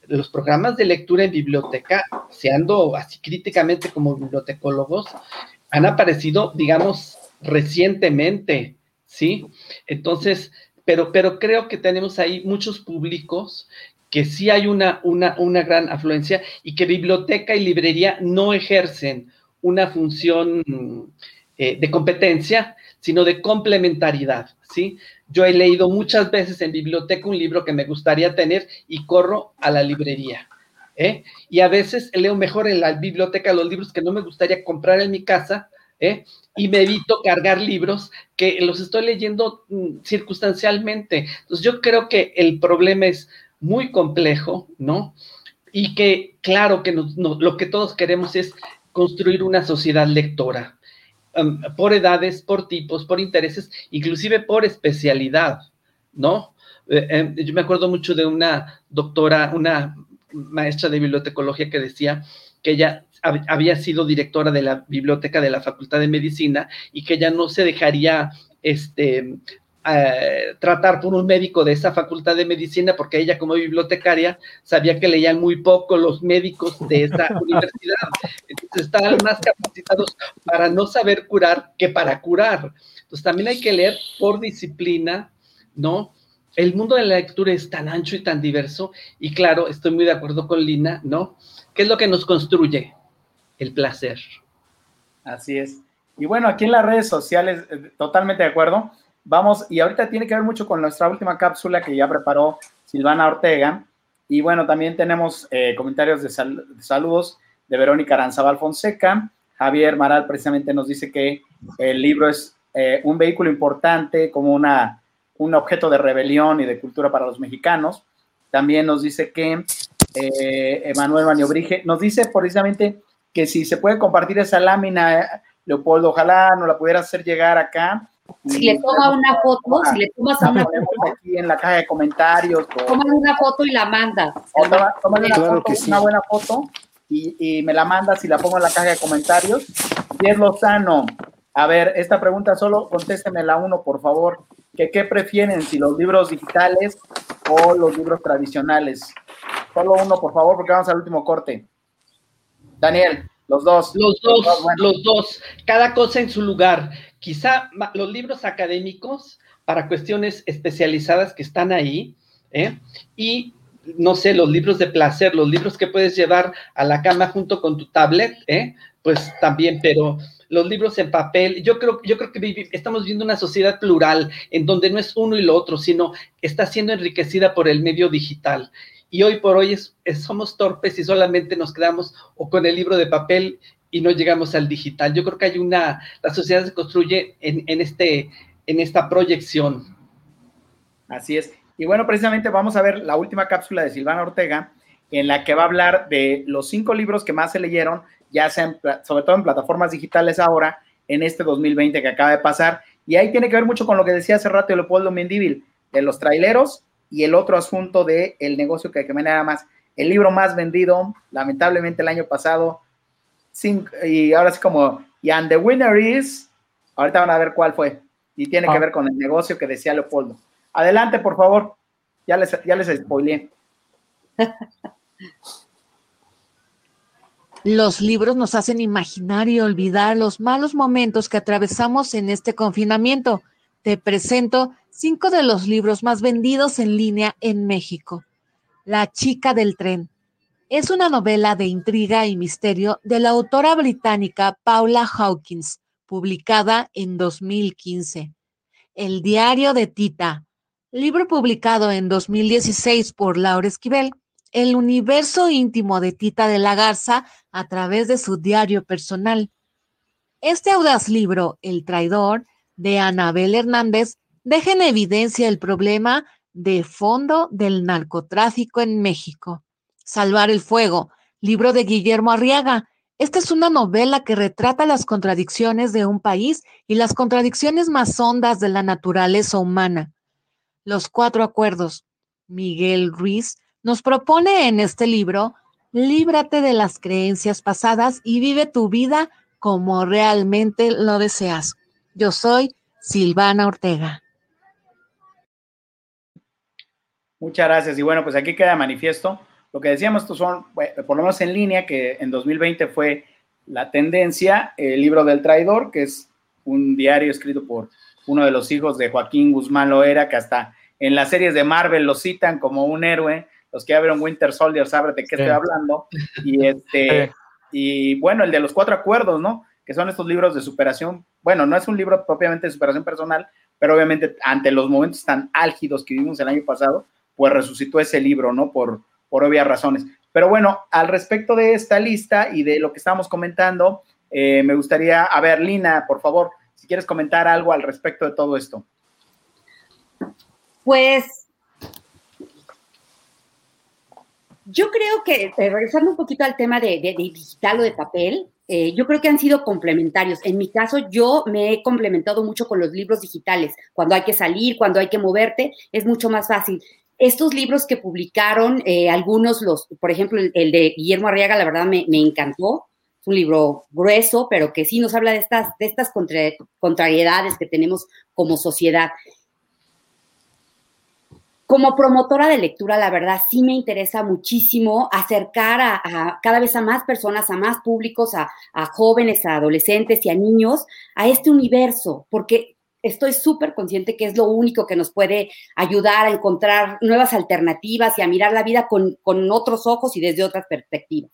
los programas de lectura en biblioteca, seando así críticamente como bibliotecólogos, han aparecido, digamos, recientemente, ¿sí? Entonces, pero creo que tenemos ahí muchos públicos que sí hay una gran afluencia y que biblioteca y librería no ejercen una función de competencia, sino de complementariedad, ¿sí? Yo he leído muchas veces en biblioteca un libro que me gustaría tener y corro a la librería, ¿eh? Y a veces leo mejor en la biblioteca los libros que no me gustaría comprar en mi casa, ¿eh? Y me evito cargar libros que los estoy leyendo circunstancialmente. Entonces yo creo que el problema es muy complejo, ¿no? Y que claro que lo que todos queremos es construir una sociedad lectora, por edades, por tipos, por intereses, inclusive por especialidad, ¿no? Yo me acuerdo mucho de una doctora, una maestra de bibliotecología que decía que ella había sido directora de la biblioteca de la Facultad de Medicina y que ella no se dejaría tratar por un médico de esa Facultad de Medicina porque ella como bibliotecaria sabía que leían muy poco los médicos de esa universidad, entonces estaban más capacitados para no saber curar que para curar. Entonces también hay que leer por disciplina, ¿no? El mundo de la lectura es tan ancho y tan diverso y claro, estoy muy de acuerdo con Lina, ¿no? ¿Qué es lo que nos construye? El placer. Así es. Y bueno, aquí en las redes sociales, totalmente de acuerdo. Vamos, y ahorita tiene que ver mucho con nuestra última cápsula que ya preparó Silvana Ortega. Y bueno, también tenemos comentarios de saludos de Verónica Aranzábal Fonseca. Javier Maral precisamente nos dice que el libro es un vehículo importante como un objeto de rebelión y de cultura para los mexicanos. También nos dice que Emanuel Maniobrige nos dice precisamente que si se puede compartir esa lámina, Leopoldo, ojalá nos la pudieras hacer llegar acá. Si le toma una foto, si le tomas una foto aquí en la caja de comentarios. Toma una foto y la manda. Toma una buena foto y me la mandas y la pongo en la caja de comentarios. Pier Lozano, a ver, esta pregunta solo contésteme uno, por favor. ¿Qué prefieren, si los libros digitales o los libros tradicionales? Solo uno, por favor, porque vamos al último corte. Daniel, los dos. Los dos. Cada cosa en su lugar. Quizá los libros académicos para cuestiones especializadas que están ahí, y no sé, los libros de placer, los libros que puedes llevar a la cama junto con tu tablet, pues también, pero los libros en papel, yo creo que estamos viviendo una sociedad plural en donde no es uno y lo otro, sino está siendo enriquecida por el medio digital. Y hoy por hoy somos torpes y solamente nos quedamos o con el libro de papel y no llegamos al digital. Yo creo que la sociedad se construye en esta proyección. Así es. Y bueno, precisamente vamos a ver la última cápsula de Silvana Ortega, en la que va a hablar de los 5 libros que más se leyeron, ya sean, sobre todo en plataformas digitales ahora, en este 2020 que acaba de pasar. Y ahí tiene que ver mucho con lo que decía hace rato Leopoldo Mendívil, de los traileros y el otro asunto del negocio que me nada más. El libro más vendido, lamentablemente el año pasado, y ahora sí como, and the winner is, ahorita van a ver cuál fue, y tiene que ver con el negocio que decía Leopoldo. Adelante, por favor, ya les spoileé. Los libros nos hacen imaginar y olvidar los malos momentos que atravesamos en este confinamiento. Te presento 5 de los libros más vendidos en línea en México. La chica del tren. Es una novela de intriga y misterio de la autora británica Paula Hawkins, publicada en 2015. El diario de Tita, libro publicado en 2016 por Laura Esquivel, el universo íntimo de Tita de la Garza a través de su diario personal. Este audaz libro, El traidor, de Anabel Hernández, deja en evidencia el problema de fondo del narcotráfico en México. Salvar el fuego, libro de Guillermo Arriaga. Esta es una novela que retrata las contradicciones de un país y las contradicciones más hondas de la naturaleza humana. Los 4 acuerdos. Miguel Ruiz nos propone en este libro: líbrate de las creencias pasadas y vive tu vida como realmente lo deseas. Yo soy Silvana Ortega. Muchas gracias. Y bueno, pues aquí queda manifiesto lo que decíamos, estos son, por lo menos en línea, que en 2020 fue la tendencia, el libro del traidor, que es un diario escrito por uno de los hijos de Joaquín Guzmán Loera, que hasta en las series de Marvel lo citan como un héroe. Los que ya vieron Winter Soldier saben de qué estoy hablando. Y bueno, el de los 4 acuerdos, ¿no? Que son estos libros de superación. Bueno, no es un libro propiamente de superación personal, pero obviamente ante los momentos tan álgidos que vivimos el año pasado, pues resucitó ese libro, ¿no? Por obvias razones. Pero bueno, al respecto de esta lista y de lo que estábamos comentando, me gustaría, a ver, Lina, por favor, si quieres comentar algo al respecto de todo esto. Pues yo creo que, regresando un poquito al tema de digital o de papel, yo creo que han sido complementarios. En mi caso, yo me he complementado mucho con los libros digitales. Cuando hay que salir, cuando hay que moverte, es mucho más fácil. Estos libros que publicaron, algunos, por ejemplo, el de Guillermo Arriaga, la verdad me encantó. Es un libro grueso, pero que sí nos habla de estas contrariedades que tenemos como sociedad. Como promotora de lectura, la verdad, sí me interesa muchísimo acercar a cada vez a más personas, a más públicos, a jóvenes, a adolescentes y a niños, a este universo, porque estoy súper consciente que es lo único que nos puede ayudar a encontrar nuevas alternativas y a mirar la vida con otros ojos y desde otras perspectivas.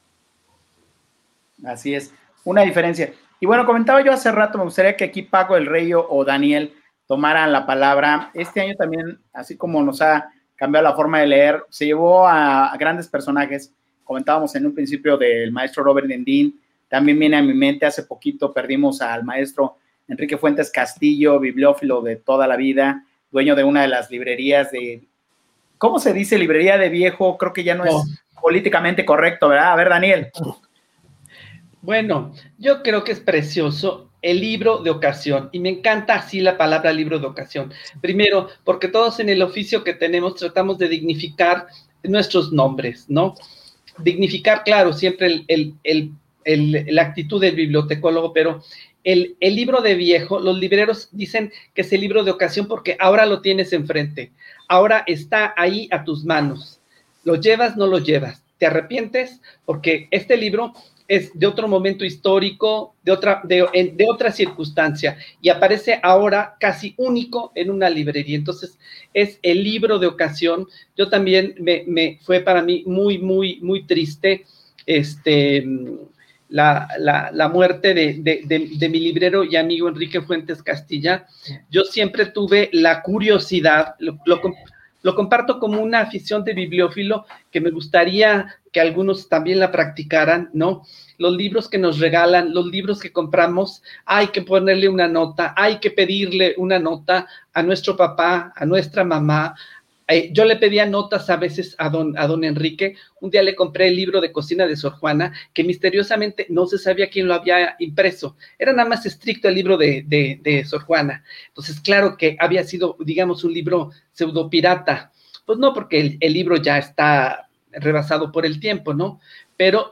Así es, una diferencia. Y bueno, comentaba yo hace rato, me gustaría que aquí Paco del Rey o Daniel tomaran la palabra. Este año también, así como nos ha cambiado la forma de leer, se llevó a grandes personajes. Comentábamos en un principio del maestro Robert Dendín. También viene a mi mente, hace poquito perdimos al maestro Enrique Fuentes Castillo, bibliófilo de toda la vida, dueño de una de las librerías de, ¿cómo se dice? Librería de viejo, creo que ya no es políticamente correcto, ¿verdad? A ver, Daniel. Bueno, yo creo que es precioso el libro de ocasión, y me encanta así la palabra libro de ocasión. Primero, porque todos en el oficio que tenemos tratamos de dignificar nuestros nombres, ¿no? Dignificar, claro, siempre la actitud del bibliotecólogo, pero el libro de viejo, los libreros dicen que es el libro de ocasión porque ahora lo tienes enfrente, ahora está ahí a tus manos. ¿Lo llevas? ¿No lo llevas? ¿Te arrepientes? Porque este libro es de otro momento histórico, de otra circunstancia, y aparece ahora casi único en una librería. Entonces, es el libro de ocasión. Yo también fue para mí muy, muy, muy triste la muerte de mi librero y amigo Enrique Fuentes Castilla. Yo siempre tuve la curiosidad, lo comparto como una afición de bibliófilo que me gustaría que algunos también la practicaran, ¿no? Los libros que nos regalan, los libros que compramos, hay que ponerle una nota, hay que pedirle una nota a nuestro papá, a nuestra mamá. Yo le pedía notas a veces a don Enrique. Un día le compré el libro de cocina de Sor Juana, que misteriosamente no se sabía quién lo había impreso. Era nada más estricto el libro de Sor Juana. Entonces, claro que había sido, digamos, un libro pseudopirata. Pues no, porque el libro ya está rebasado por el tiempo, ¿no? Pero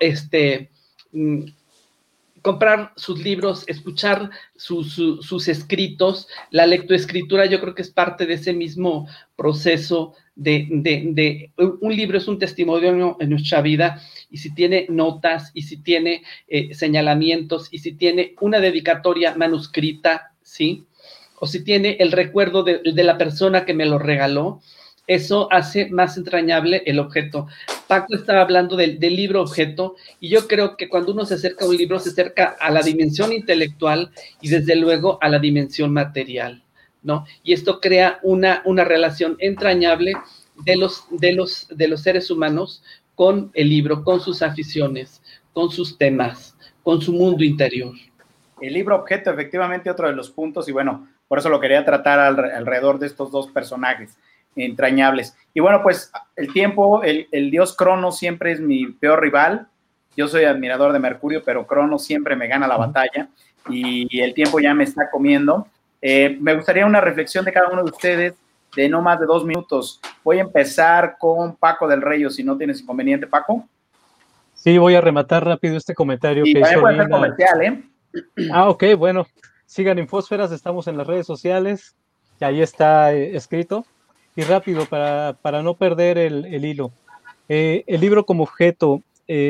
comprar sus libros, escuchar sus escritos, la lectoescritura, yo creo que es parte de ese mismo proceso de un libro es un testimonio en nuestra vida, y si tiene notas, y si tiene señalamientos, y si tiene una dedicatoria manuscrita, ¿sí? O si tiene el recuerdo de la persona que me lo regaló, eso hace más entrañable el objeto. Paco estaba hablando del libro objeto, y yo creo que cuando uno se acerca a un libro, se acerca a la dimensión intelectual y desde luego a la dimensión material, ¿no? Y esto crea una relación entrañable de los seres humanos con el libro, con sus aficiones, con sus temas, con su mundo interior. El libro objeto, efectivamente, otro de los puntos, y bueno, por eso lo quería tratar alrededor de estos dos personajes entrañables. Y bueno, pues el tiempo, el dios Cronos siempre es mi peor rival. Yo soy admirador de Mercurio, pero Cronos siempre me gana la batalla, y el tiempo ya me está comiendo. Me gustaría una reflexión de cada uno de ustedes de no más de 2 minutos. Voy a empezar con Paco del Rey, si no tienes inconveniente, Paco. Sí, voy a rematar rápido este comentario que hizo puede ser comercial, ¿eh? Ok, bueno. Sigan Infósferas, estamos en las redes sociales, y ahí está escrito. Y rápido, para no perder el hilo. El libro como objeto,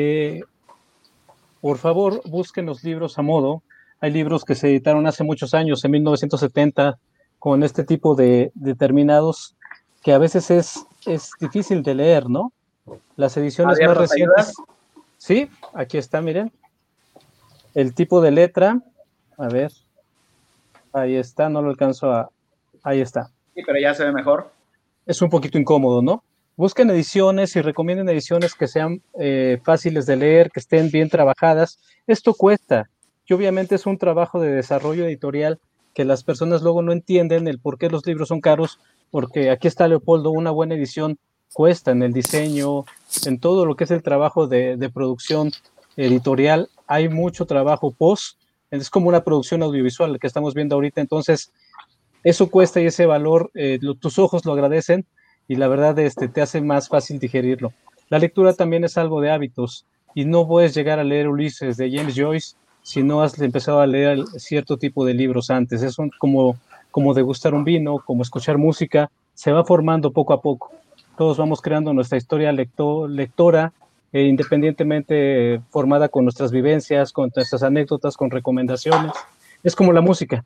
por favor, busquen los libros a modo. Hay libros que se editaron hace muchos años, en 1970, con este tipo de determinados, que a veces es difícil de leer, ¿no? Las ediciones Javier, más ¿nos recientes. ayudas? Sí, aquí está, miren. El tipo de letra, a ver, ahí está, no lo alcanzo a... Ahí está. Sí, pero ya se ve mejor. Es un poquito incómodo, ¿no? Busquen ediciones y recomienden ediciones que sean fáciles de leer, que estén bien trabajadas. Esto cuesta. Y obviamente es un trabajo de desarrollo editorial que las personas luego no entienden el por qué los libros son caros, porque aquí está Leopoldo, una buena edición cuesta en el diseño, en todo lo que es el trabajo de producción editorial. Hay mucho trabajo post, es como una producción audiovisual que estamos viendo ahorita, entonces eso cuesta y ese valor, tus ojos lo agradecen y la verdad te hace más fácil digerirlo. La lectura también es algo de hábitos y no puedes llegar a leer Ulises de James Joyce si no has empezado a leer cierto tipo de libros antes. Es como degustar un vino, como escuchar música, se va formando poco a poco. Todos vamos creando nuestra historia lectora, independientemente formada con nuestras vivencias, con nuestras anécdotas, con recomendaciones. Es como la música.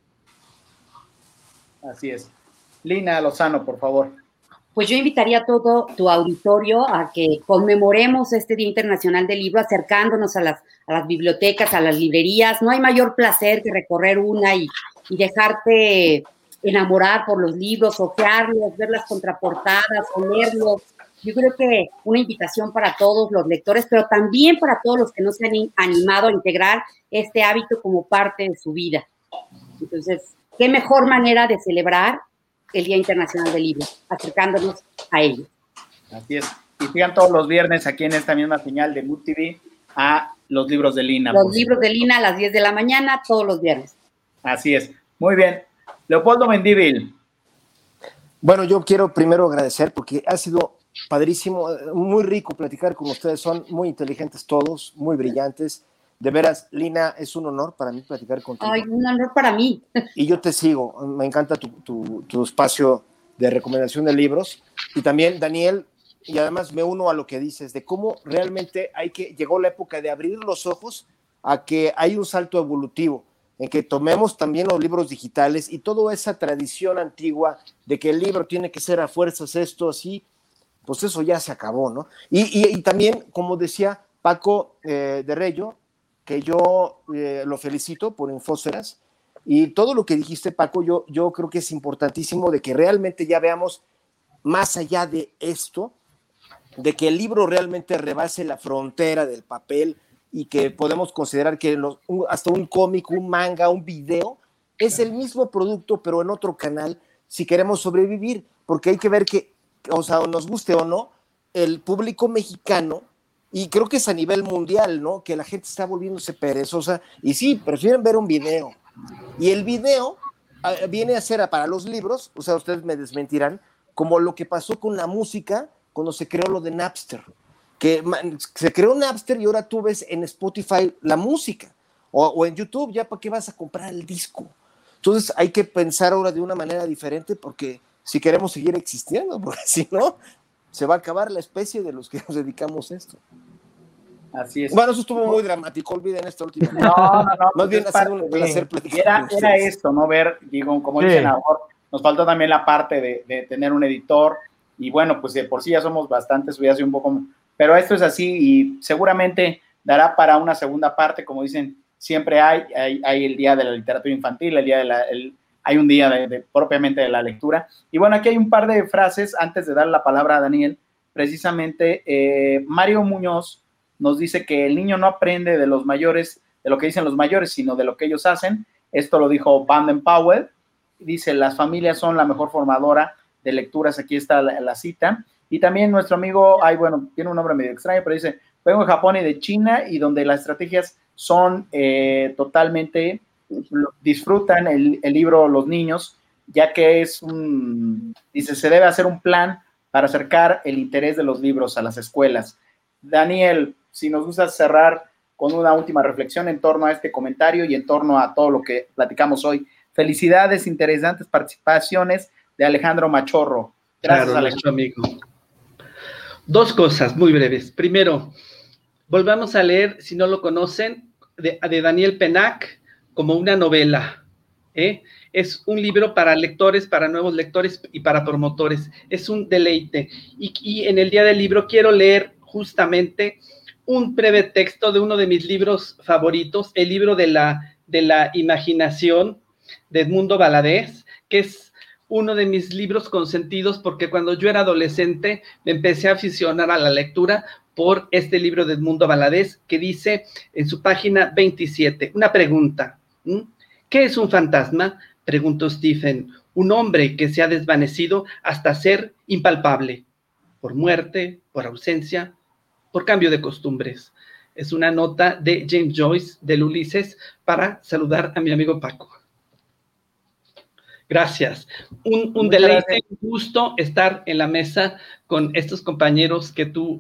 Así es. Lina Lozano, por favor. Pues yo invitaría a todo tu auditorio a que conmemoremos este Día Internacional del Libro acercándonos a las bibliotecas, a las librerías. No hay mayor placer que recorrer una y dejarte enamorar por los libros, hojearlos, ver las contraportadas, olerlos. Yo creo que una invitación para todos los lectores, pero también para todos los que no se han animado a integrar este hábito como parte de su vida. Entonces, qué mejor manera de celebrar el Día Internacional del Libro, acercándonos a ellos. Así es. Y sigan todos los viernes aquí en esta misma señal de Mood TV a los libros de Lina. Los libros de Lina a las 10 de la mañana, todos los viernes. Así es. Muy bien. Leopoldo Mendívil. Bueno, yo quiero primero agradecer porque ha sido padrísimo, muy rico platicar con ustedes. Son muy inteligentes todos, muy brillantes. De veras, Lina, es un honor para mí platicar contigo. Ay, un honor para mí. Y yo te sigo, me encanta tu espacio de recomendación de libros. Y también, Daniel, y además me uno a lo que dices, de cómo realmente llegó la época de abrir los ojos a que hay un salto evolutivo, en que tomemos también los libros digitales y toda esa tradición antigua de que el libro tiene que ser a fuerzas esto, así, pues eso ya se acabó, ¿no? Y también, como decía Paco de Rello, que yo lo felicito por Infósferas, y todo lo que dijiste, Paco, yo creo que es importantísimo de que realmente ya veamos más allá de esto, de que el libro realmente rebase la frontera del papel y que podemos considerar que hasta un cómic, un manga, un video, es el mismo producto, pero en otro canal, si queremos sobrevivir, porque hay que ver que, o sea, nos guste o no, el público mexicano, y creo que es a nivel mundial, ¿no? Que la gente está volviéndose perezosa y sí, prefieren ver un video. Y el video viene a ser para los libros, o sea, ustedes me desmentirán, como lo que pasó con la música cuando se creó lo de Napster. Que se creó Napster y ahora tú ves en Spotify la música. O en YouTube, ya para qué vas a comprar el disco. Entonces hay que pensar ahora de una manera diferente porque si queremos seguir existiendo, porque si no, se va a acabar la especie de los que nos dedicamos a esto. Así es. Bueno, eso estuvo muy dramático, olviden esta última. No. Más bien ha sido un placer platicar. Era esto, ¿no? Ver, digo, como dicen ahora, nos faltó también la parte de tener un editor, y bueno, pues de por sí ya somos bastantes, ya soy un poco, pero esto es así, y seguramente dará para una segunda parte, como dicen, siempre hay el día de la literatura infantil, hay un día propiamente de la lectura, y bueno, aquí hay un par de frases, antes de dar la palabra a Daniel, precisamente, Mario Muñoz nos dice que el niño no aprende de los mayores, de lo que dicen los mayores, sino de lo que ellos hacen. Esto lo dijo Baden-Powell. Dice, las familias son la mejor formadora de lecturas. Aquí está la cita. Y también nuestro amigo, tiene un nombre medio extraño, pero dice, vengo de Japón y de China, y donde las estrategias son totalmente, disfrutan el libro los niños, ya que dice, se debe hacer un plan para acercar el interés de los libros a las escuelas. Daniel, si nos gusta cerrar con una última reflexión en torno a este comentario y en torno a todo lo que platicamos hoy. Felicidades, interesantes participaciones de Alejandro Machorro. Gracias, claro, Alejandro. Nuestro amigo. Dos cosas muy breves. Primero, volvamos a leer, si no lo conocen, de Daniel Pennac como una novela. Es un libro para lectores, para nuevos lectores y para promotores. Es un deleite. Y en el día del libro quiero leer justamente un breve texto de uno de mis libros favoritos, el libro de la imaginación de Edmundo Valadez, que es uno de mis libros consentidos porque cuando yo era adolescente me empecé a aficionar a la lectura por este libro de Edmundo Valadez que dice en su página 27, una pregunta. ¿Qué es un fantasma? Preguntó Stephen. Un hombre que se ha desvanecido hasta ser impalpable, por muerte, por ausencia, por cambio de costumbres. Es una nota de James Joyce, del Ulises, para saludar a mi amigo Paco. Gracias. Un deleite, un gusto estar en la mesa con estos compañeros que tú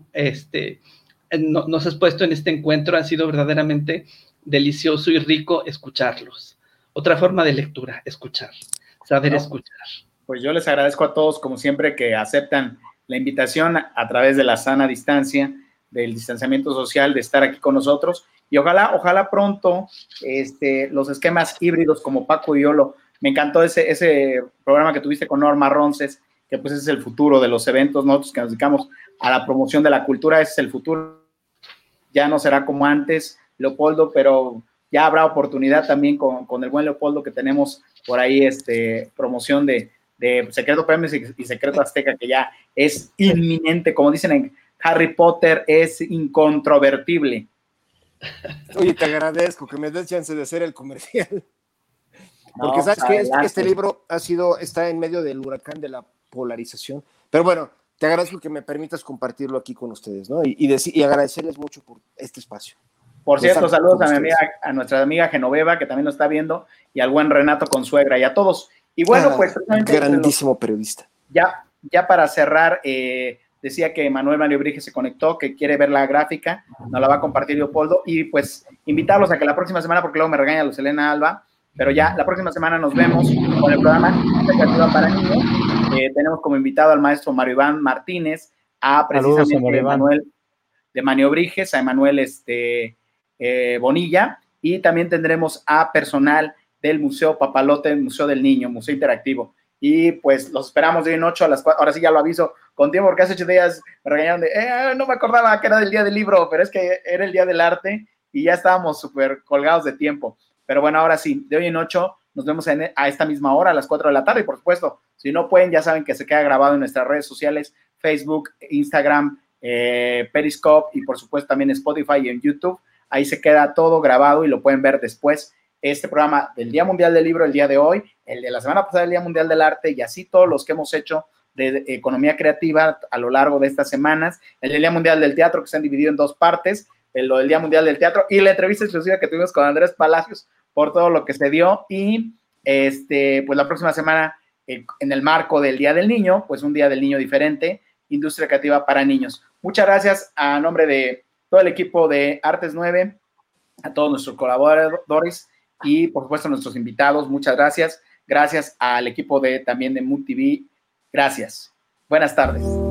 nos has puesto en este encuentro. Ha sido verdaderamente delicioso y rico escucharlos. Otra forma de lectura, escuchar, saber escuchar. Pues yo les agradezco a todos, como siempre, que aceptan la invitación a través de la sana distancia, del distanciamiento social, de estar aquí con nosotros. Y ojalá pronto los esquemas híbridos como Paco y Yolo. Me encantó ese programa que tuviste con Norma Ronces, que pues es el futuro de los eventos. Nosotros que nos dedicamos a la promoción de la cultura, ese es el futuro. Ya no será como antes, Leopoldo, pero ya habrá oportunidad también con el buen Leopoldo que tenemos por ahí, promoción de Secreto Premios y Secreto Azteca, que ya es inminente, como dicen en Harry Potter, es incontrovertible. Oye, te agradezco que me des chance de hacer el comercial. Porque sabes que este libro está en medio del huracán de la polarización. Pero bueno, te agradezco que me permitas compartirlo aquí con ustedes, ¿no? Y agradecerles mucho por este espacio. Por cierto, saludos a nuestra amiga Genoveva, que también lo está viendo, y al buen Renato Consuegra, y a todos. Y bueno, pues... Grandísimo periodista. Ya para cerrar, decía que Manuel Mario Brige se conectó, que quiere ver la gráfica, nos la va a compartir Leopoldo, y pues invitarlos a que la próxima semana, porque luego me regaña Lucelena Alba, pero ya la próxima semana nos vemos con el programa Creativa para Niños. Tenemos como invitado al maestro Mario Iván Martínez, a precisamente Manuel de Manio Briges, a Emanuel Bonilla, y también tendremos a personal del Museo Papalote, Museo del Niño, Museo Interactivo. Y pues los esperamos de hoy en 8 a las 4. Ahora sí ya lo aviso con tiempo, porque hace 8 días me regañaron no me acordaba que era del día del libro, pero es que era el día del arte y ya estábamos súper colgados de tiempo. Pero bueno, ahora sí, de hoy en 8 nos vemos a esta misma hora, a las 4 de la tarde. Y por supuesto, si no pueden, ya saben que se queda grabado en nuestras redes sociales, Facebook, Instagram, Periscope y por supuesto también Spotify y en YouTube. Ahí se queda todo grabado y lo pueden ver después. Este programa del Día Mundial del Libro el día de hoy, el de la semana pasada el Día Mundial del Arte y así todos los que hemos hecho de economía creativa a lo largo de estas semanas, el del Día Mundial del Teatro que se han dividido en 2 partes, lo del Día Mundial del Teatro y la entrevista exclusiva que tuvimos con Andrés Palacios por todo lo que se dio y pues la próxima semana en el marco del Día del Niño, pues un Día del Niño diferente, industria creativa para niños. Muchas gracias a nombre de todo el equipo de Artes 9, a todos nuestros colaboradores y por supuesto a nuestros invitados, muchas gracias. Gracias al equipo también de Mood TV. Gracias. Buenas tardes.